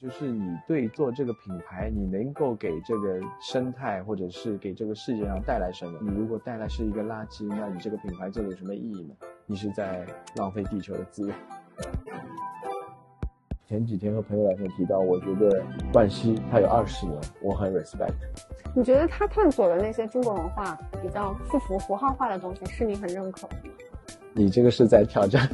就是你对做这个品牌，你能够给这个生态或者是给这个世界上带来什么？你如果带来是一个垃圾，那你这个品牌做的有什么意义呢？你是在浪费地球的资源。前几天和朋友聊天提到，我觉得冠希他有20年，我很 respect。 你觉得他探索的那些中国文化比较符号化的东西，是你很认可的吗？ 你这个是在挑战。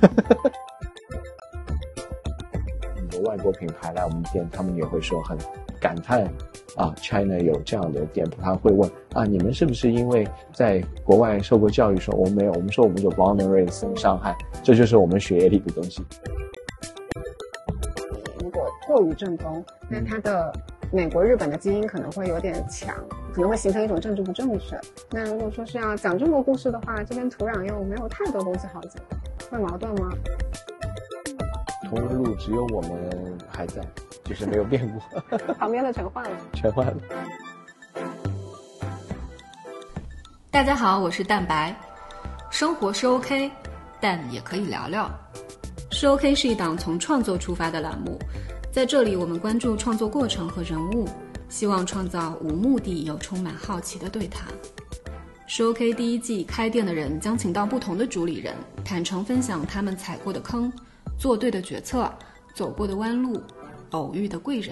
很多外国品牌来我们店，他们也会说很感叹啊 ，China 有这样的店铺，他会问啊，你们是不是因为在国外受过教育？说我们没有，我们说我们就 born and raised in 上海，这就是我们血液里的东西。 如果过于正宗，那它的美国、日本的基因可能会有点强，可能会形成一种政治不正确。那如果说是要讲中国故事的话，这边土壤又没有太多东西好讲，会矛盾吗？ 同一路只有我们还在，就是没有变过。 旁边的全换了， 全换了。 大家好，我是蛋白。生活是 OK， 但也可以聊聊。是 OK 是一档从创作出发的栏目，在这里我们关注创作过程和人物，希望创造无目的又充满好奇的对谈。是 OK 第一季开店的人将请到不同的主理人，坦诚分享他们踩过的坑，做对的决策，走过的弯路，偶遇的贵人。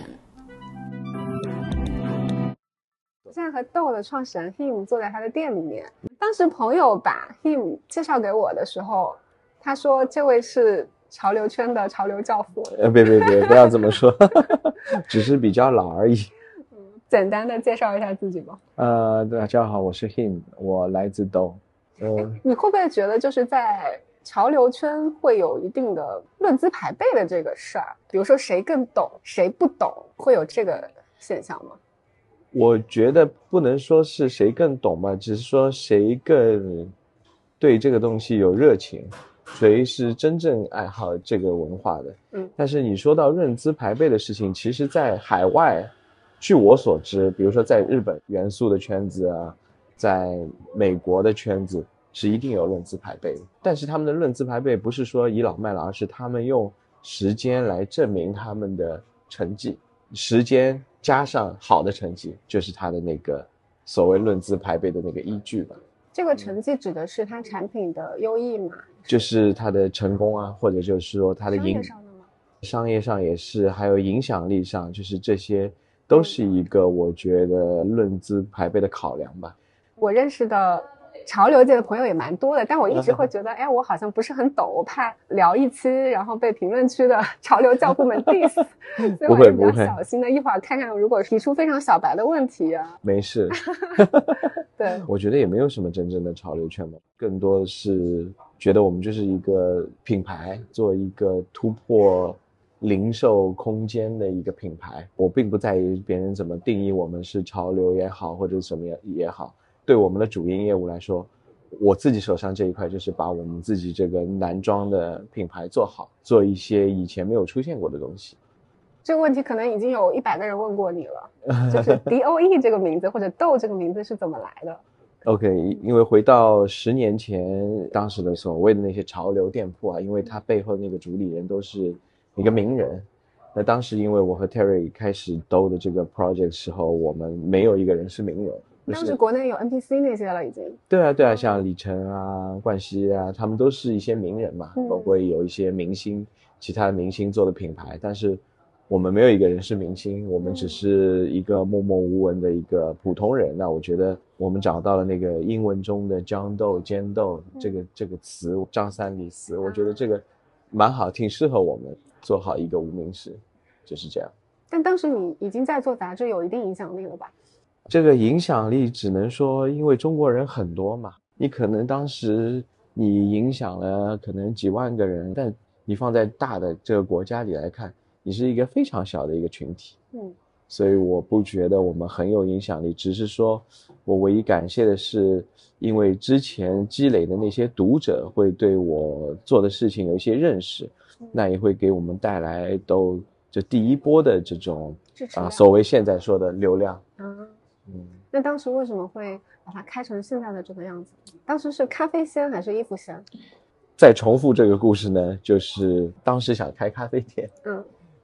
现在和豆的创始人 Him 坐在他的店里面，当时朋友把 Him 介绍给我的时候，他说这位是潮流圈的潮流教父。 别不要这么说。只是比较老而已。 简单的介绍一下自己吧。 大家好，我是 Him， 我来自豆。 你会不会觉得就是在潮流圈会有一定的论资排辈的这个事儿？比如说谁更懂谁不懂，会有这个现象吗？ 我觉得不能说是谁更懂吧，只是说谁更对这个东西有热情，谁是真正爱好这个文化的。但是你说到论资排辈的事情，其实在海外，据我所知，比如说在日本元素的圈子啊，在美国的圈子是一定有论资排辈的。但是他们的论资排辈不是说倚老卖老，而是他们用时间来证明他们的成绩，时间加上好的成绩，就是他的那个所谓论资排辈的那个依据吧。 这个成绩指的是他产品的优异吗？ 就是他的成功啊，或者就是说他的商业上也是，还有影响力上，就是这些都是一个我觉得论资排辈的考量吧。 我认识的潮流界的朋友也蛮多的，但我一直会觉得我好像不是很懂，我怕聊一期然后被评论区的潮流教父们 diss。 所以我也比较小心的，一会儿看看如果提出非常小白的问题啊。 没事。对，我觉得也没有什么真正的潮流圈嘛，更多的是觉得我们就是一个品牌，做一个突破零售空间的一个品牌。我并不在意别人怎么定义我们是潮流也好，或者什么也好，对我们的主营业务来说，我自己手上这一块就是把我们自己这个男装的品牌做好，做一些以前没有出现过的东西。 这个问题可能已经有100个人问过你了，就是 DOE 这个名字或者豆这个名字是怎么来的？ OK， 因为回到10年前，当时的所谓的那些潮流店铺啊，因为它背后那个主理人都是一个名人。那当时因为我和 Terry 开始兜的这个 project 时候，我们没有一个人是名人。 当时国内有 NPC 那些了已经。 对啊，像李晨啊、冠希啊，他们都是一些名人嘛，包括有一些明星，其他的明星做的品牌，但是我们没有一个人是明星，我们只是一个默默无闻的一个普通人。那我觉得我们找到了那个英文中的豇豆、尖豆这个词，张三李四，我觉得这个蛮好，挺适合我们做好一个无名氏，就是这样。 但当时你已经在做杂志，有一定影响力了吧？ 这个影响力只能说因为中国人很多嘛，你可能当时你影响了可能几万个人，但你放在大的这个国家里来看，你是一个非常小的一个群体。所以我不觉得我们很有影响力，只是说我唯一感谢的是，因为之前积累的那些读者会对我做的事情有一些认识，那也会给我们带来就第一波的这种所谓现在说的流量。 那当时为什么会把它开成现在的这个样子？当时是咖啡先还是衣服先？ 再重复这个故事呢，就是当时想开咖啡店，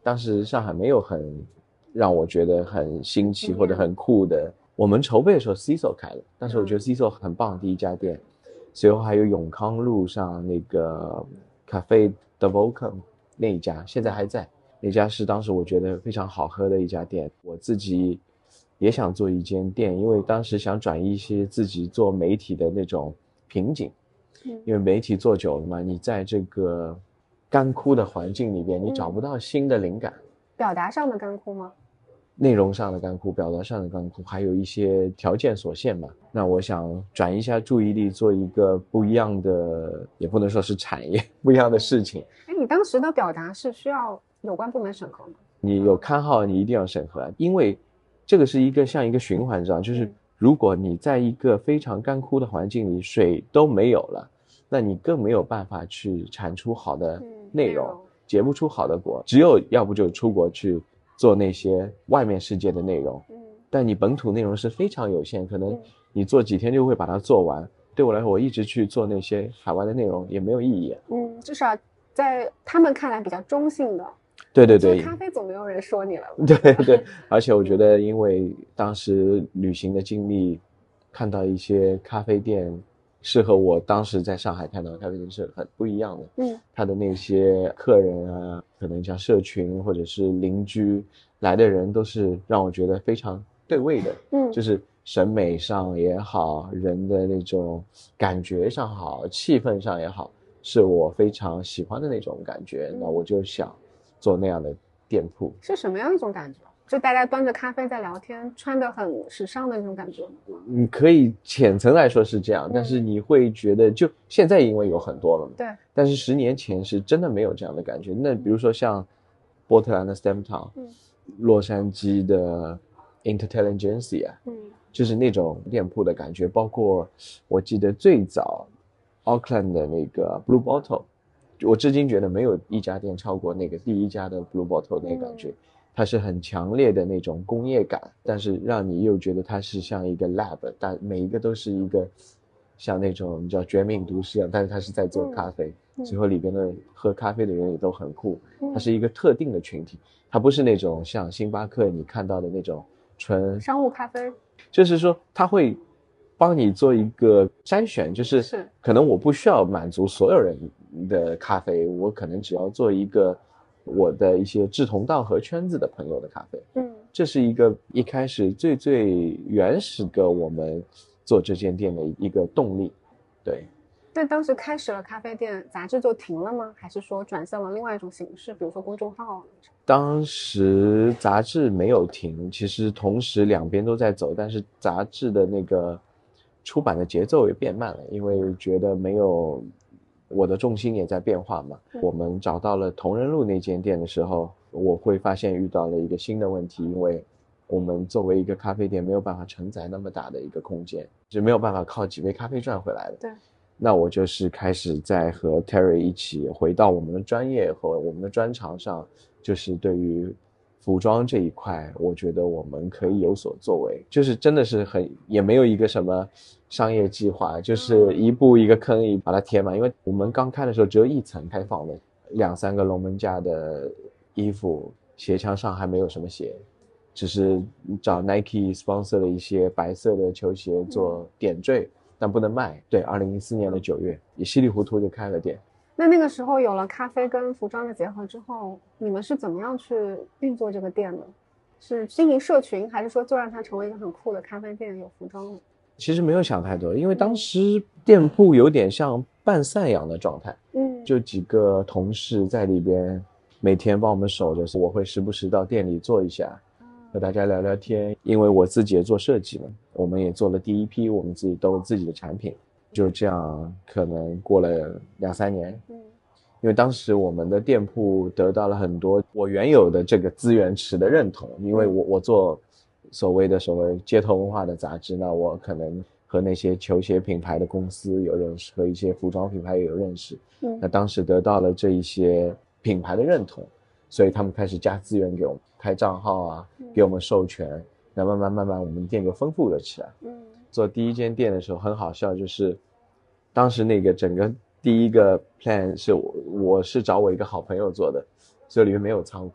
当时上海没有很让我觉得很新奇或者很酷的。我们筹备的时候 CISO 开了，但是我觉得 CISO 很棒，第一家店。随后还有永康路上那个 Cafe de Volcom 那一家现在还在，那家是当时我觉得非常好喝的一家店。我自己也想做一间店，因为当时想转移一些自己做媒体的那种瓶颈，因为媒体做久了嘛，你在这个干枯的环境里边，你找不到新的灵感。 表达上的干枯吗？ 内容上的干枯，表达上的干枯，还有一些条件所限嘛。那我想转移一下注意力，做一个不一样的，也不能说是产业，不一样的事情。 你当时的表达是需要有关部门审核吗？ 你有刊号，你一定要审核，因为这个是一个像一个循环这样，就是如果你在一个非常干枯的环境里，水都没有了，那你更没有办法去产出好的内容，结不出好的果。只有要不就出国去做那些外面世界的内容，但你本土内容是非常有限，可能你做几天就会把它做完。对我来说，我一直去做那些海外的内容也没有意义。 至少在他们看来比较中性的。 对对对， 咖啡总没有人说你了。 对对，而且我觉得因为当时旅行的经历，看到一些咖啡店是和我当时在上海看到的咖啡店是很不一样的。他的那些客人啊，可能像社群或者是邻居来的人，都是让我觉得非常对味的。就是审美上也好，人的那种感觉上好，气氛上也好，是我非常喜欢的那种感觉。那我就想做那样的店铺。 是什么样一种感觉？就大家端着咖啡在聊天，穿得很时尚的那种感觉吗？ 你可以浅层来说是这样，但是你会觉得，就现在因为有很多了嘛， 对， 但是10年前是真的没有这样的感觉。那比如说像波特兰的 Stamp Town，洛杉矶的 Intertelligence 啊，就是那种店铺的感觉。包括我记得最早 Auckland 的那个 Blue Bottle， 我至今觉得没有一家店超过那个第一家的 Blue Bottle 那个感觉。它是很强烈的那种工业感，但是让你又觉得它是像一个 lab， 但每一个都是一个像那种叫绝命毒师一样，但是它是在做咖啡，最后里边的喝咖啡的人也都很酷。它是一个特定的群体，它不是那种像星巴克你看到的那种纯商务咖啡， 就是说它会帮你做一个筛选，就是可能我不需要满足所有人的咖啡，我可能只要做一个我的一些志同道合圈子的朋友的咖啡。这是一个一开始最原始的我们做这间店的一个动力。对。 那当时开始了咖啡店，杂志就停了吗？还是说转向了另外一种形式，比如说公众号？ 当时杂志没有停，其实同时两边都在走，但是杂志的那个出版的节奏也变慢了，因为觉得没有，我的重心也在变化嘛。我们找到了同仁路那间店的时候，我会发现遇到了一个新的问题，因为我们作为一个咖啡店没有办法承载那么大的一个空间，是没有办法靠几杯咖啡赚回来的。 对。 那我就是开始在和 Terry 一起回到我们的专业和我们的专长上，就是对于服装这一块，我觉得我们可以有所作为，就是真的是也没有一个什么商业计划，就是一步一个坑一把它填满。因为我们刚开的时候只有一层开放的，2-3个龙门架的衣服，鞋墙上还没有什么鞋，只是找 Nike sponsor 了一些白色的球鞋做点缀，但不能卖。对，2014年的9月也稀里糊涂就开了店。 那个时候有了咖啡跟服装的结合之后，你们是怎么样去运作这个店的？是经营社群，还是说就让它成为一个很酷的咖啡店，有服装的？ 其实没有想太多，因为当时店铺有点像半散养的状态，就几个同事在里边每天帮我们守着，我会时不时到店里坐一下，和大家聊聊天。因为我自己也做设计嘛，我们也做了第一批我们自己都有自己的产品。就这样可能过了2-3年，因为当时我们的店铺得到了很多我原有的这个资源池的认同，因为我做所谓街头文化的杂志，那我可能和那些球鞋品牌的公司有认识，和一些服装品牌也有认识，那当时得到了这一些品牌的认同，所以他们开始加资源给我们，开账号啊，给我们授权，那慢慢我们店就丰富了起来。做第一间店的时候很好笑，就是当时那个整个第一个 plan 是我是找我一个好朋友做的，所以里面没有仓库，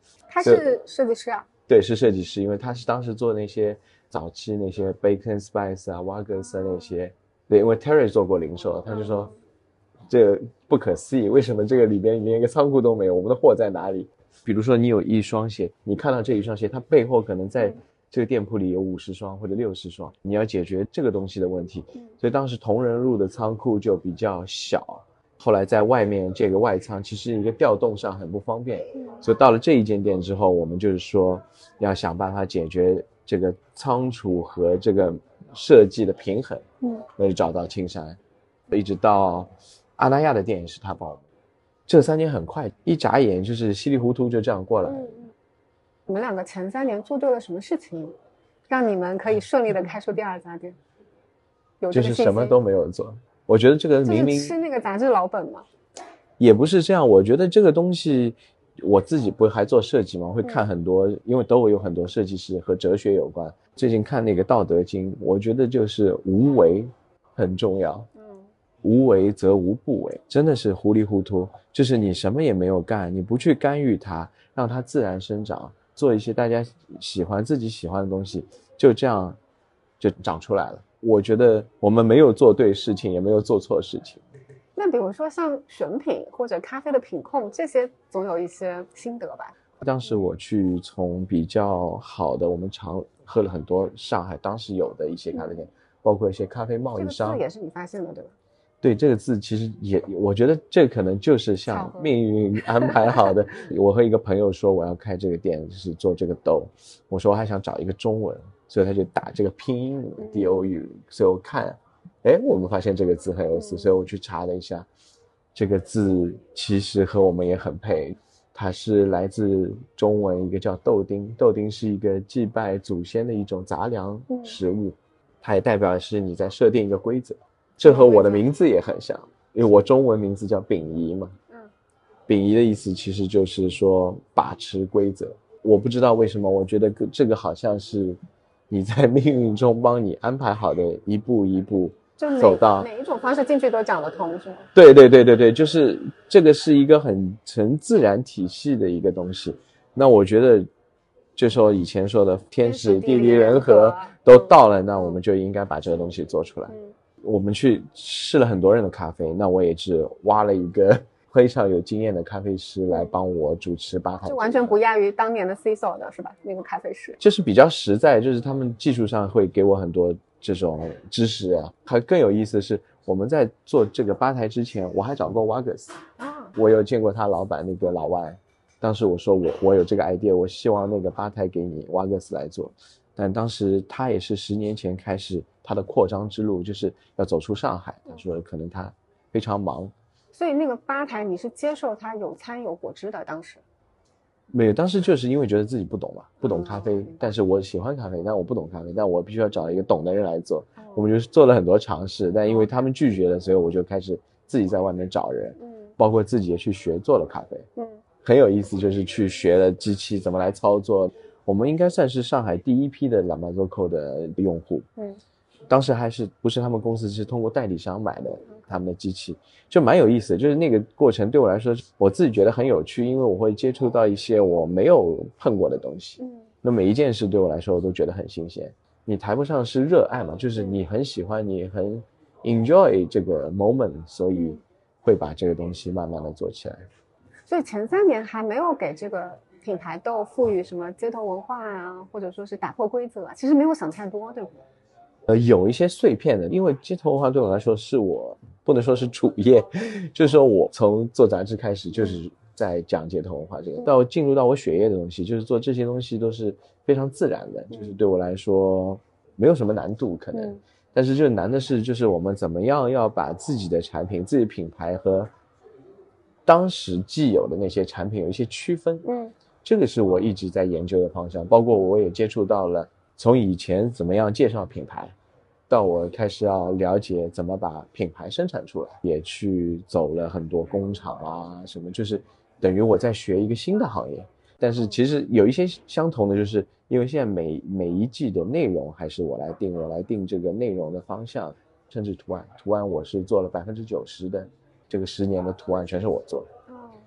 他是设计师啊？ 对，是设计师，因为他是当时做那些早期那些 Bacon Spice 啊、瓦格斯那些。对，因为 Terry 做过零售，他就说这不可思议，为什么这个里边连一个仓库都没有？我们的货在哪里？比如说你有一双鞋，你看到这一双鞋，它背后可能在这个店铺里有50双或者60双，你要解决这个东西的问题。所以当时同仁路的仓库就比较小，后来在外面这个外仓其实一个调动上很不方便，所以到了这一间店之后，我们就是说要想办法解决这个仓储和这个设计的平衡。那就找到青山，一直到阿那亚的店也是他帮我们。这3年很快，一眨眼就是稀里糊涂就这样过来了。 你们两个前3年做对了什么事情，让你们可以顺利的开出第2家店？ 就是什么都没有做。我觉得这个明明就是吃那个杂志老本嘛。 也不是这样，我觉得这个东西我自己不会还做设计嘛，会看很多，因为都有很多设计师和哲学有关。最近看那个《道德经》，我觉得就是无为很重要。无为则无不为，真的是糊里糊涂，就是你什么也没有干，你不去干预它，让它自然生长，做一些大家自己喜欢的东西，就这样就长出来了。我觉得我们没有做对事情，也没有做错事情。 那比如说像选品或者咖啡的品控，这些总有一些心得吧？ 当时我去从比较好的，我们常喝了很多上海当时有的一些咖啡店，包括一些咖啡贸易商。 这个字也是你发现的，对吧？ 对，这个字其实也，我觉得这可能就是像命运安排好的。我和一个朋友说我要开这个店，就是做这个豆，我说我还想找一个中文，所以他就打这个拼音 DOU， 所以我看，我们发现这个字很有意思，所以我去查了一下，这个字其实和我们也很配。它是来自中文一个叫豆丁，豆丁是一个祭拜祖先的一种杂粮食物，它也代表的是你在设定一个规则。这和我的名字也很像，因为我中文名字叫秉仪嘛。秉仪的意思其实就是说把持规则。我不知道为什么，我觉得这个好像是你在命运中帮你安排好的，一步一步走到每一种方式进去都讲得通，是吗？ 对，就是这个是一个很成自然体系的一个东西。那我觉得就说以前说的天时地利人和都到了，那我们就应该把这个东西做出来。我们去试了很多人的咖啡，那我也是挖了一个非常有经验的咖啡师来帮我主持吧台， 就完全不亚于当年的 CISO 的是吧？那个咖啡师就是比较实在，就是他们技术上会给我很多这种知识啊。还更有意思的是，我们在做这个吧台之前，我还找过瓦格斯我有见过他老板那个老外，当时我说我有这个 idea， 我希望那个吧台给你瓦格斯来做，但当时他也是10年前开始他的扩张之路，就是要走出上海，他说可能他非常忙。 所以那个吧台你是接受他有餐有果汁的？当时没有，当时就是因为觉得自己不懂嘛，不懂咖啡，但是我喜欢咖啡，但我不懂咖啡，但我必须要找一个懂的人来做。我们就是做了很多尝试，但因为他们拒绝了，所以我就开始自己在外面找人，包括自己也去学做了咖啡。很有意思，就是去学了机器怎么来操作。我们应该算是上海第一批的 Lamazoko 的用户。当时还是不是他们公司，是通过代理商买的他们的机器，就蛮有意思的。就是那个过程对我来说，我自己觉得很有趣，因为我会接触到一些我没有碰过的东西。那每一件事对我来说我都觉得很新鲜。你谈不上是热爱嘛，就是你很喜欢，你很 enjoy 这个 moment， 所以会把这个东西慢慢的做起来。 所以前3年还没有给这个品牌豆赋予什么街头文化啊，或者说是打破规则啊，其实没有想太多，对不对？ 有一些碎片的，因为街头文化对我来说是我不能说是主业，就是说我从做杂志开始就是在讲街头文化这个，到进入到我血液的东西，就是做这些东西都是非常自然的，就是对我来说没有什么难度可能，但是就难的是就是我们怎么样要把自己的产品、自己的品牌和当时既有的那些产品有一些区分。这个是我一直在研究的方向，包括我也接触到了从以前怎么样介绍品牌，到我开始要了解怎么把品牌生产出来，也去走了很多工厂啊什么，就是等于我在学一个新的行业。但是其实有一些相同的，就是因为现在每一季的内容还是我来定这个内容的方向，甚至图案我是做了90%的这个10年的图案全是我做的。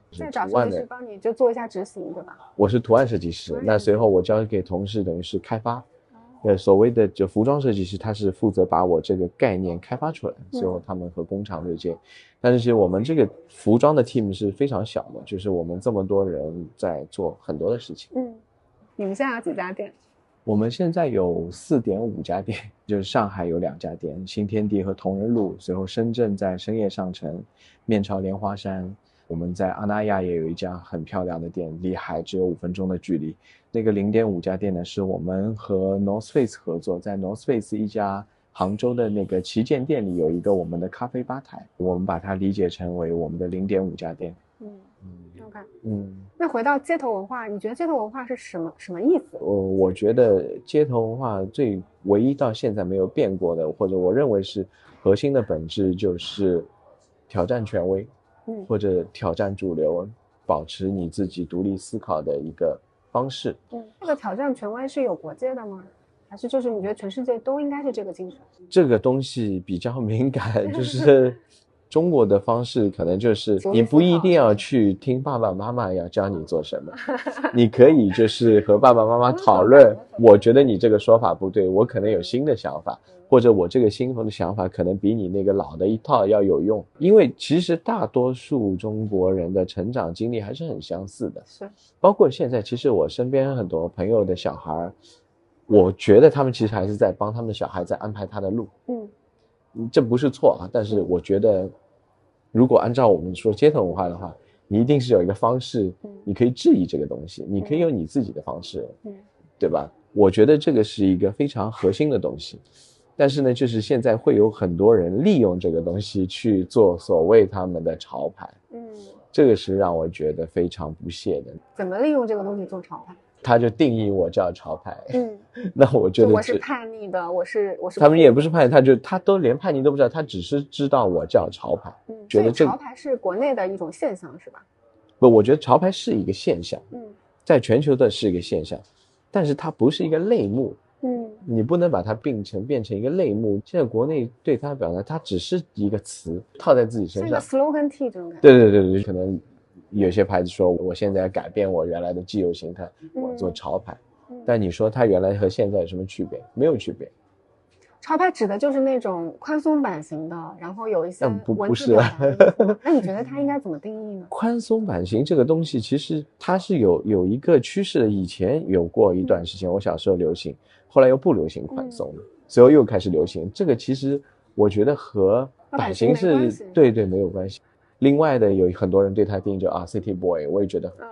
再找设计师帮你就做一下执行，对吧？ 我是图案设计师，那随后我交给同事，等于是开发。所谓的就服装设计师，他是负责把我这个概念开发出来，最后他们和工厂对接。但是其实我们这个服装的 team 是非常小的，就是我们这么多人在做很多的事情。 你们现在有几家店？ 我们现在有4.5家店，就是上海有2家店，新天地和同仁路，随后深圳在深业上城、面朝莲花山。我们在阿那亚也有一家很漂亮的店，离海只有5分钟的距离。那个0.5家店呢，是我们和 North Face 合作，在 North Face 一家杭州的那个旗舰店里有一个我们的咖啡吧台，我们把它理解成为我们的0.5家店。 OK。那回到街头文化，你觉得街头文化是什么意思？ 我觉得街头文化唯一到现在没有变过的，或者我认为是核心的本质，就是挑战权威，或者挑战主流，保持你自己独立思考的一个方式。 这个挑战权威是有国界的吗？还是就是你觉得全世界都应该是这个精神？ 这个东西比较敏感，就是中国的方式可能就是你不一定要去听爸爸妈妈要教你做什么，你可以就是和爸爸妈妈讨论，我觉得你这个说法不对，我可能有新的想法，或者我这个新的想法可能比你那个老的一套要有用。因为其实大多数中国人的成长经历还是很相似的， 是包括现在其实我身边很多朋友的小孩，我觉得他们其实还是在帮他们的小孩在安排他的路。这不是错啊，但是我觉得如果按照我们说街头文化的话，你一定是有一个方式你可以质疑这个东西，你可以有你自己的方式，对吧？我觉得这个是一个非常核心的东西。但是呢，就是现在会有很多人利用这个东西去做所谓他们的潮牌，这个是让我觉得非常不屑的。 怎么利用这个东西做潮牌？ 他就定义我叫潮牌，那我觉得我是叛逆的，我是他们也不是叛逆，他都连叛逆都不知道，他只是知道我叫潮牌，觉得潮牌是国内的一种现象是吧？ 不，我觉得潮牌是一个现象，在全球的是一个现象，但是它不是一个类目，你不能把它变成一个类目。现在国内对它表达，它只是一个词套在自己身上， 像一个 slogan T 这种感觉。 对，可能有些牌子说我现在改变我原来的既有形态，我做潮牌，但你说它原来和现在有什么区别？没有区别。 潮牌指的就是那种宽松版型的，然后有一些不是啊。 那你觉得它应该怎么定义呢？ 宽松版型这个东西其实它是有一个趋势的，以前有过一段时间，我小时候流行，后来又不流行宽松了，随后又开始流行。这个其实我觉得和版型是对没有关系。另外的有很多人对它定义就City Boy， 我也觉得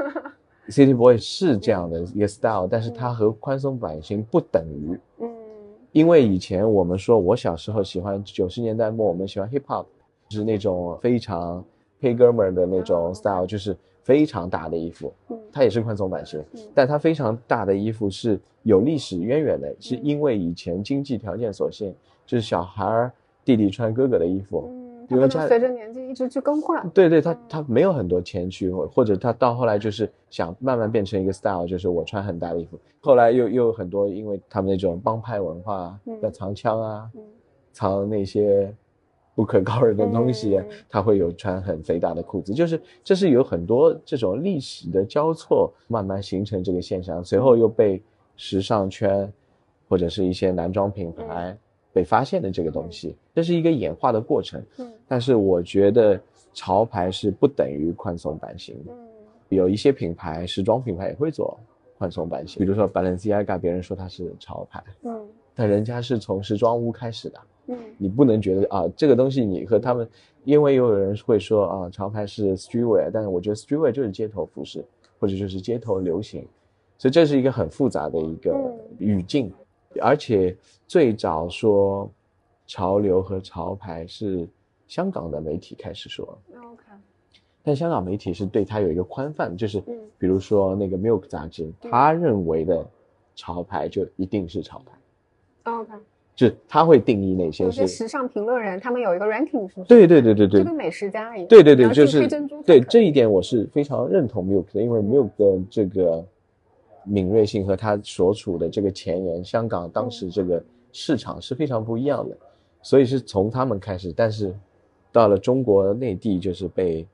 City Boy 是这样的一个 style， 但是它和宽松版型不等于。因为以前我们说我小时候喜欢90年代末我们喜欢 hip hop， 就是那种非常黑哥们的那种 style， 就是非常大的衣服，它也是宽松版型，但它非常大的衣服是有历史渊源的，是因为以前经济条件所限，就是小孩弟弟穿哥哥的衣服， 他不能随着年纪一直去更换。 对，他没有很多钱去，或者他到后来就是想慢慢变成一个 style， 就是我穿很大的衣服。后来又有很多，因为他们那种帮派文化，要藏枪啊，藏那些不可告人的东西，他会有穿很肥大的裤子，就是这是有很多这种历史的交错，慢慢形成这个现象，随后又被时尚圈或者是一些男装品牌被发现的这个东西，这是一个演化的过程。但是我觉得潮牌是不等于宽松版型的。有一些品牌，时装品牌也会做宽松版型，比如说 Balenciaga， 别人说它是潮牌，但人家是从时装屋开始的，你不能觉得这个东西你和他们，因为有人会说潮牌是 streetwear， 但是我觉得 streetwear 就是街头服饰，或者就是街头流行，所以这是一个很复杂的一个语境。而且最早说潮流和潮牌是香港的媒体开始说，但香港媒体是对它有一个宽泛，就是比如说那个 Milk 杂志，他认为的潮牌就一定是潮牌。就是他会定义哪些是时尚评论人，他们有一个 ranking， 是不是？ 对， 就跟美食家一样。 对，就是对这一点我是非常认同 Milk 的，因为 Milk 的这个敏锐性和他所处的这个前沿，香港当时这个市场是非常不一样的，所以是从他们开始，但是到了中国内地就是被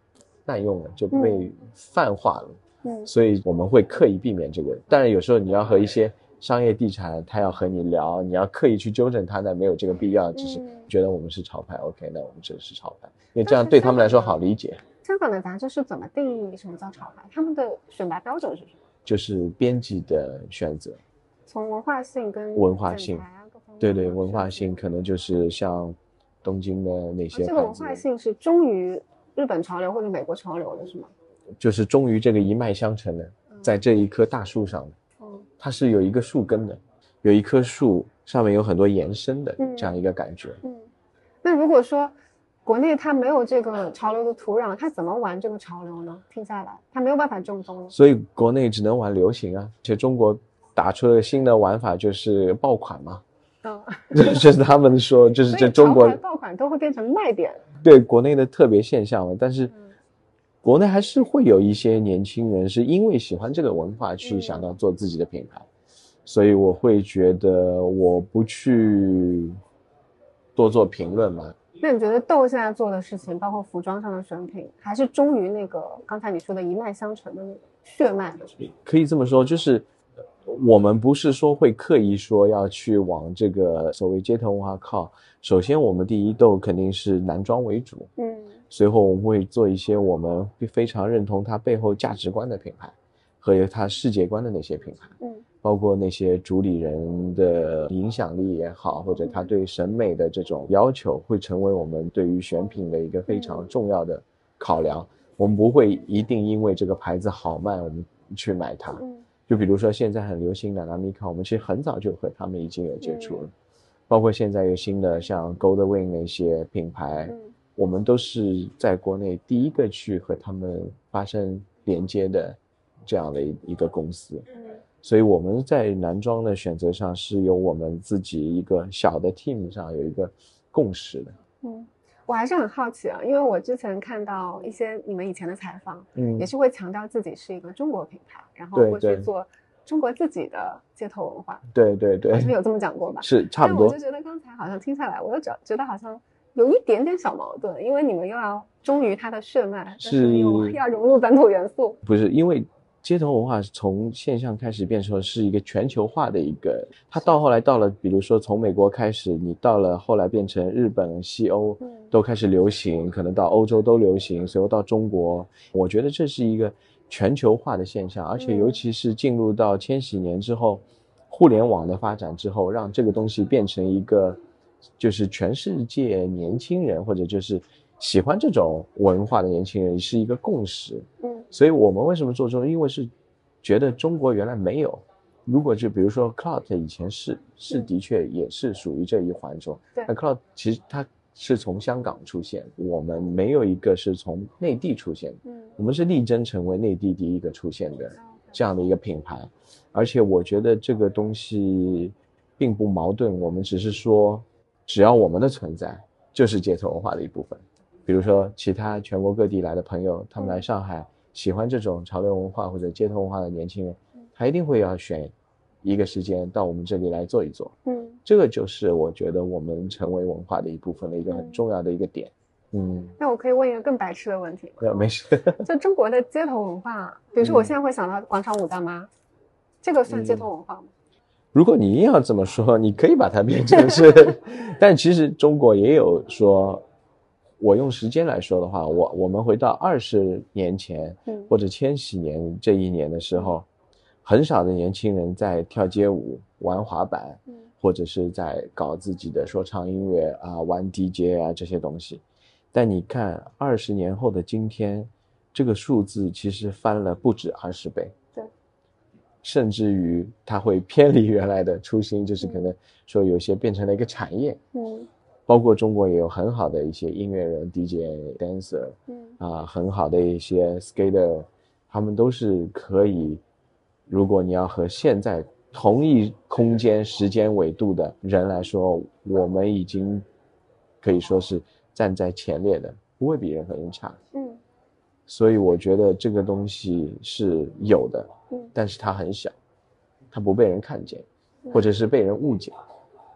滥用了，就被泛化了。所以我们会刻意避免这个。当然有时候你要和一些商业地产他要和你聊，你要刻意去纠正他，那没有这个必要，只是觉得我们是潮牌 OK， 那我们这是潮牌，因为这样对他们来说好理解。 香港的杂志是怎么定义什么叫潮牌？他们的选拔标准是什么？ 就是编辑的选择， 从文化性跟文化性，对对，文化性可能就是像东京的那些牌子， 这个文化性是忠于日本潮流或者美国潮流的是吗？ 就是忠于这个一脉相承的，在这一棵大树上的，它是有一个树根的，有一棵树上面有很多延伸的这样一个感觉。 那如果说国内它没有这个潮流的土壤，它怎么玩这个潮流呢？听下来它没有办法正宗， 所以国内只能玩流行啊。而且中国打出了新的玩法，就是爆款嘛。这是他们说，就是这中国爆款都会变成卖点， 对国内的特别现象了。但是国内还是会有一些年轻人是因为喜欢这个文化去想到做自己的品牌，所以我会觉得我不去多做评论嘛。 那你觉得豆现在做的事情，包括服装上的选品，还是忠于那个刚才你说的一脉相承的那个血脉的？ 可以这么说，就是我们不是说会刻意说要去往这个所谓街头文化靠。首先我们第一豆肯定是男装为主，随后我们会做一些我们非常认同它背后价值观的品牌和它世界观的那些品牌，包括那些主理人的影响力也好，或者他对审美的这种要求，会成为我们对于选品的一个非常重要的考量。我们不会一定因为这个牌子好卖我们去买它。就比如说现在很流行的Namika，我们其实很早就和他们已经有接触了，包括现在有新的像 Goldwing 那些品牌，我们都是在国内第一个去和他们发生连接的这样的一个公司。所以我们在男装的选择上是有我们自己一个小的 team 上有一个共识的。 我还是很好奇啊，因为我之前看到一些你们以前的采访，也是会强调自己是一个中国品牌，然后会去做中国自己的街头文化。 对对对， 好像有这么讲过吧？ 是差不多。 但我就觉得刚才好像听下来，我又觉得好像有一点点小矛盾，因为你们又要忠于它的血脉，但是又要融入本土元素。 不是，因为街头文化从现象开始变成是一个全球化的一个，它到后来到了，比如说从美国开始，你到了后来变成日本、西欧都开始流行，可能到欧洲都流行，随后到中国，我觉得这是一个全球化的现象，而且尤其是进入到千禧年之后，互联网的发展之后，让这个东西变成一个就是全世界年轻人或者就是喜欢这种文化的年轻人是一个共识。所以我们为什么做这种，因为是觉得中国原来没有，如果就比如说 Cloud 以前是的确也是属于这一环中，那 Cloud 其实它是从香港出现，我们没有一个是从内地出现的，我们是力争成为内地第一个出现的这样的一个品牌。而且我觉得这个东西并不矛盾，我们只是说只要我们的存在就是街头文化的一部分。比如说其他全国各地来的朋友，他们来上海喜欢这种潮流文化或者街头文化的年轻人，他一定会要选一个时间到我们这里来做一做。这个就是我觉得我们成为文化的一部分的一个很重要的一个点。 那我可以问一个更白痴的问题吗？ 没事。 就中国的街头文化，比如说我现在会想到广场舞大妈，这个算街头文化吗？ 如果你硬要这么说，你可以把它变成是但其实中国也有说，我用时间来说的话，我们回到20年前或者千禧年这一年的时候，很少的年轻人在跳街舞、玩滑板，或者是在搞自己的说唱音乐啊、玩 DJ 啊这些东西。但你看20年后的今天，这个数字其实翻了不止20倍。 对， 甚至于它会偏离原来的初心，就是可能说有些变成了一个产业。包括中国也有很好的一些音乐人 DJ、dancer，很好的一些 skater， 他们都是可以，如果你要和现在同一空间时间纬度的人来说，我们已经可以说是站在前列的，不会比任何人差。所以我觉得这个东西是有的，但是它很小，它不被人看见，或者是被人误解。 它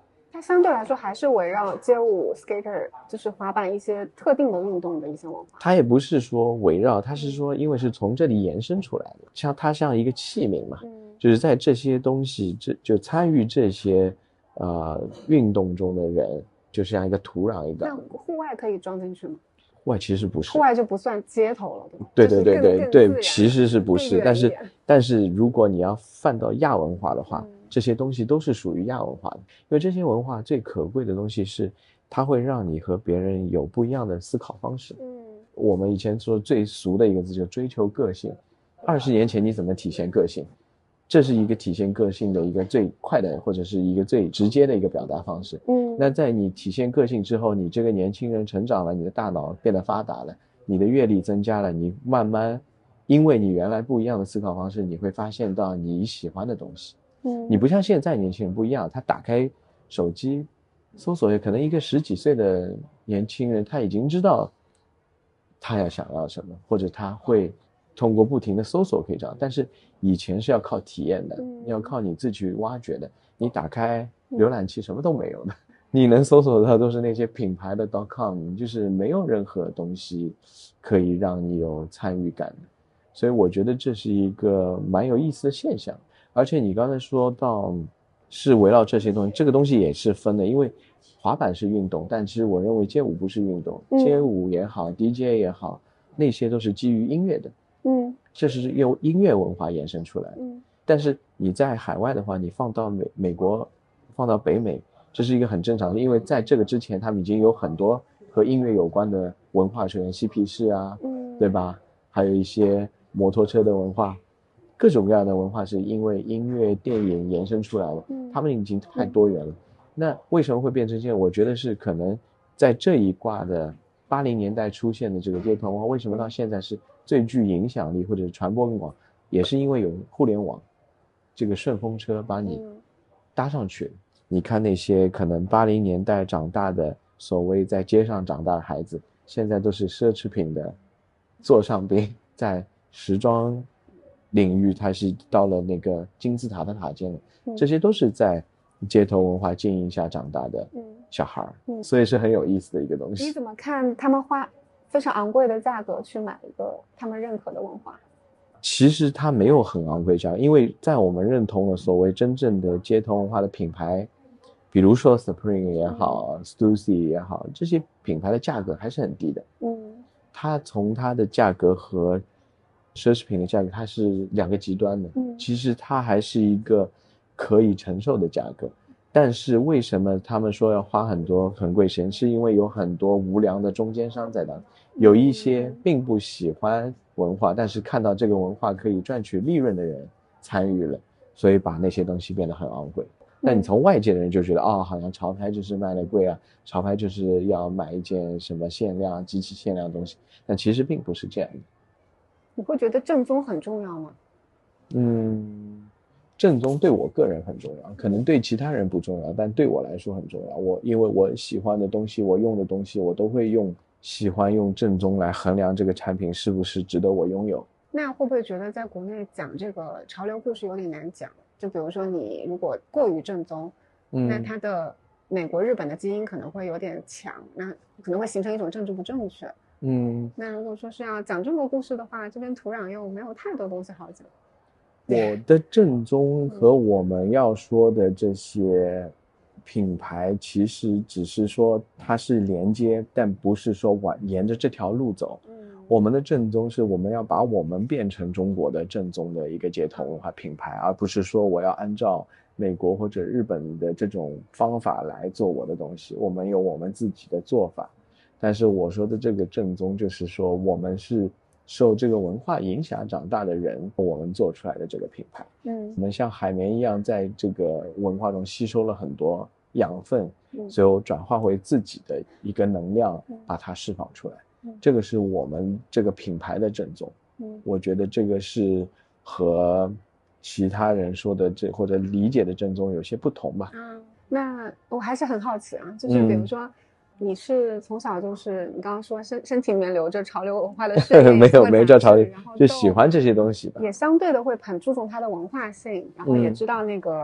相对来说还是围绕街舞 skater 就是滑板一些特定的运动的一些文化。 它也不是说围绕，它是说因为是从这里延伸出来的，它像一个器皿嘛，就是在这些东西就参与这些运动中的人，就像一个土壤一个。 那户外可以装进去吗？ 户外其实不是， 户外就不算街头了，对吗？ 对，其实是不是？但是如果你要放到亚文化的话，这些东西都是属于亚文化的，因为这些文化最可贵的东西是它会让你和别人有不一样的思考方式。我们以前说最俗的一个字就追求个性，20年前你怎么体现个性？这是一个体现个性的一个最快的或者是一个最直接的一个表达方式。那在你体现个性之后，你这个年轻人成长了，你的大脑变得发达了，你的阅历增加了，你慢慢因为你原来不一样的思考方式，你会发现到你喜欢的东西。你不像现在年轻人不一样，他打开手机搜索，可能一个10几岁的年轻人他已经知道他要想要什么，或者他会通过不停的搜索可以找，但是以前是要靠体验的，要靠你自己去挖掘的。你打开浏览器什么都没有的，你能搜索到都是那些品牌的 .com， 就是没有任何东西可以让你有参与感的。所以我觉得这是一个蛮有意思的现象。而且你刚才说到是围绕这些东西，这个东西也是分的，因为滑板是运动，但其实我认为街舞不是运动，街舞也好 DJ 也好，那些都是基于音乐的。这是由音乐文化延伸出来的。但是你在海外的话，你放到美国，放到北美，这是一个很正常的，因为在这个之前他们已经有很多和音乐有关的文化出现，嬉皮士啊，对吧？还有一些摩托车的文化，各种各样的文化是因为音乐电影延伸出来的，他们已经太多元了。那为什么会变成这样？我觉得是可能在这一挂的80年代出现的这个街头文化，为什么到现在是最具影响力或者传播更广，也是因为有互联网这个顺风车把你搭上去。你看那些可能80年代长大的所谓在街上长大的孩子，现在都是奢侈品的座上宾，在时装领域他是到了那个金字塔的塔尖了，这些都是在街头文化经营下长大的小孩，所以是很有意思的一个东西。 你怎么看他们花非常昂贵的价格去买一个他们认可的文化？ 其实它没有很昂贵价格，因为在我们认同的所谓真正的街头文化的品牌，比如说 Supreme 也好，Stussy 也好，这些品牌的价格还是很低的。它从它的价格和奢侈品的价格它是两个极端的，其实它还是一个可以承受的价格。但是为什么他们说要花很多很贵钱，是因为有很多无良的中间商在当中，有一些并不喜欢文化，但是看到这个文化可以赚取利润的人参与了，所以把那些东西变得很昂贵。那你从外界的人就觉得好像潮牌就是卖的贵啊，潮牌就是要买一件什么限量极其限量的东西，但其实并不是这样的。 你会觉得正宗很重要吗？ 正宗对我个人很重要，可能对其他人不重要，但对我来说很重要。因为我喜欢的东西，我用的东西，我都会喜欢用正宗来衡量这个产品是不是值得我拥有。 那会不会觉得在国内讲这个潮流故事有点难讲？就比如说你如果过于正宗，那它的美国日本的基因可能会有点强，那可能会形成一种政治不正确。那如果说是要讲中国故事的话，这边土壤又没有太多东西好讲。 我的正宗和我们要说的这些品牌其实只是说它是连接，但不是说沿着这条路走。我们的正宗是我们要把我们变成中国的正宗的一个街头文化品牌，而不是说我要按照美国或者日本的这种方法来做我的东西，我们有我们自己的做法。但是我说的这个正宗就是说我们是受这个文化影响长大的人，我们做出来的这个品牌。我们像海绵一样在这个文化中吸收了很多养分，最后转化为自己的一个能量，把它释放出来。这个是我们这个品牌的正宗。我觉得这个是和其他人说的或者理解的正宗有些不同吧。 那我还是很好奇啊，就是比如说你是从小就是你刚刚说身体里面流着潮流文化的血液没叫潮流，就喜欢这些东西吧， 也相对的会很注重它的文化性，然后也知道那个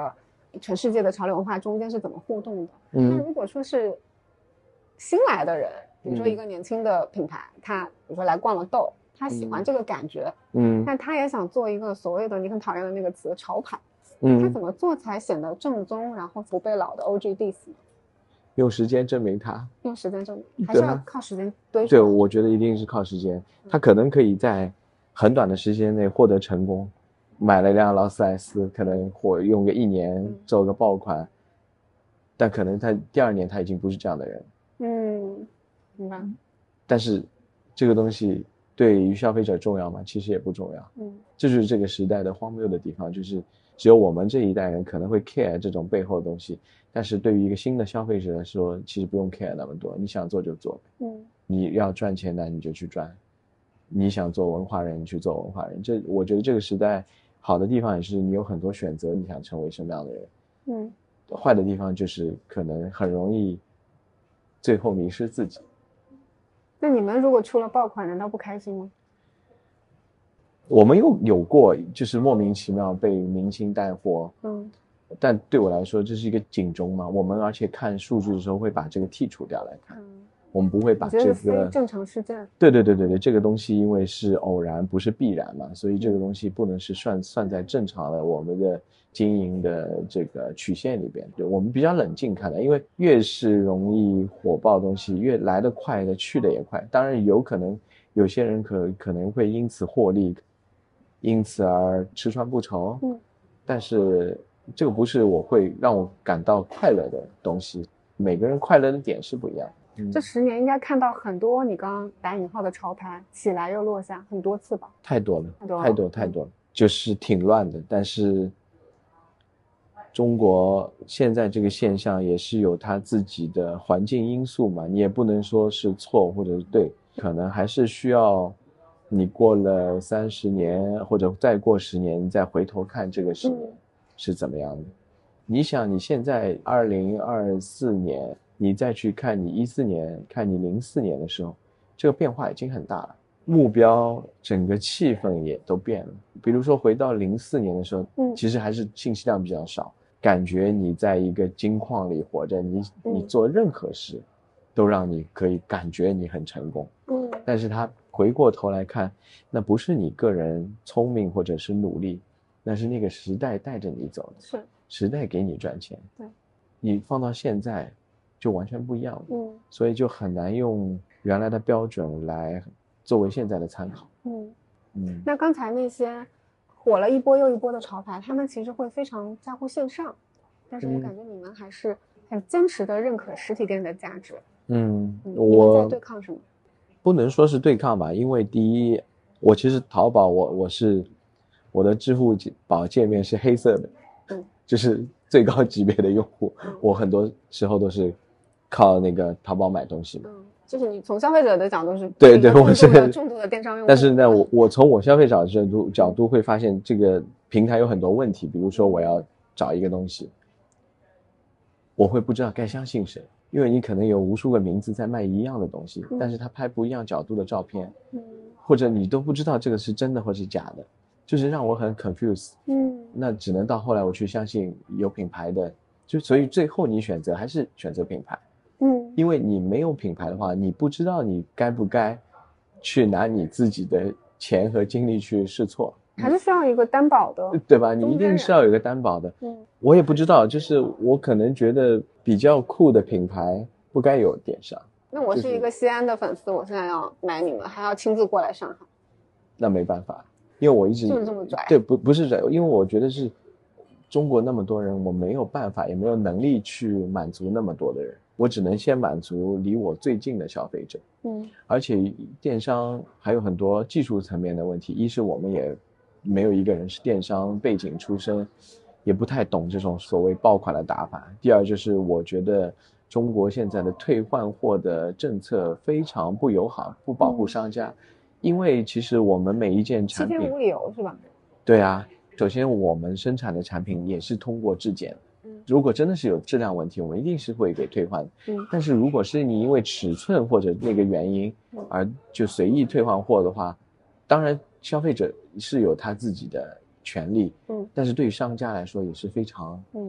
全世界的潮流文化中间是怎么互动的。那如果说是新来的人，比如说一个年轻的品牌，他比如说来逛了豆，他喜欢这个感觉，但他也想做一个所谓的你很讨厌的那个词潮牌，他怎么做才显得正宗，然后不被老的 OG diss 呢？ 用时间证明它， 用时间证明，还是要靠时间堆出对， 来。 我觉得一定是靠时间，他可能可以在很短的时间内获得成功，买了一辆劳斯莱斯，可能或用个1年做个爆款，但可能他第2年他已经不是这样的人。 明白。 但是这个东西对于消费者重要吗？其实也不重要。这就是这个时代的荒谬的地方，就是只有我们这一代人可能会 care 这种背后的东西，但是对于一个新的消费者来说，其实不用 care 那么多，你想做就做。你要赚钱那你就去赚，你想做文化人你去做文化人。我觉得这个时代好的地方也是你有很多选择，你想成为什么样的人。坏的地方就是可能很容易最后迷失自己。 那你们如果出了爆款，难道不开心吗？ 我们有过就是莫名其妙被明星带货，但对我来说这是一个警钟嘛，我们而且看数据的时候会把这个剔除掉来看，我们不会把这个非正常事件。 对，这个东西因为是偶然不是必然嘛，所以这个东西不能是算在正常的我们的经营的这个曲线里边。对，我们比较冷静看待，因为越是容易火爆的东西越来得快的去的也快，当然有可能有些人可能会因此获利，因此而吃穿不愁，但是这个不是会让我感到快乐的东西，每个人快乐的点是不一样的。 这10年应该看到很多你刚刚打引号的潮牌起来又落下很多次吧？ 太多了，就是挺乱的。但是中国现在这个现象也是有它自己的环境因素嘛，你也不能说是错或者是对，可能还是需要你过了30年或者再过10年你再回头看这个10年是怎么样的。你想你现在2024年你再去看你14年看你04年的时候，这个变化已经很大了，目标整个气氛也都变了。比如说回到04年的时候，其实还是信息量比较少，感觉你在一个金矿里活着，你做任何事都让你可以感觉你很成功。但是他回过头来看，那不是你个人聪明或者是努力，那是那个时代带着你走的， 是时代给你赚钱。 对， 你放到现在就完全不一样了。所以就很难用原来的标准来作为现在的参考。 那刚才那些火了一波又一波的潮牌，他们其实会非常在乎线上，但是我感觉你们还是很坚持的认可实体店的价值。你们在对抗什么？ 不能说是对抗吧，因为第一，我其实淘宝我的支付宝界面是黑色的，就是最高级别的用户，我很多时候都是靠那个淘宝买东西嘛。 就是你从消费者的角度是对，我是重度的电商用户。 但是呢，我从我消费者的角度会发现这个平台有很多问题，比如说我要找一个东西，我会不知道该相信谁，因为你可能有无数个名字在卖一样的东西，但是他拍不一样角度的照片，或者你都不知道这个是真的或是假的，就是让我很 confused。那只能到后来我去相信有品牌的，所以最后你选择还是选择品牌。因为你没有品牌的话，你不知道你该不该去拿你自己的钱和精力去试错， 还是需要一个担保的， 对吧？你一定是要有一个担保的。我也不知道，就是我可能觉得比较酷的品牌不该有电商。 那我是一个西安的粉丝，我现在要买你们，还要亲自过来上海， 那没办法，因为我一直就是这么拽。 对，不是拽，因为我觉得是中国那么多人，我没有办法，也没有能力去满足那么多的人。我只能先满足离我最近的消费者。而且电商还有很多技术层面的问题，一是我们也没有一个人是电商背景出身，也不太懂这种所谓爆款的打法。第二就是我觉得中国现在的退换货的政策非常不友好，不保护商家。因为其实我们每一件产品 7天无理由是吧？ 对啊，首先我们生产的产品也是通过质检，如果真的是有质量问题，我们一定是会给退换。但是如果是你因为尺寸或者那个原因而就随意退换货的话，当然消费者是有他自己的权利，但是对于商家来说也是非常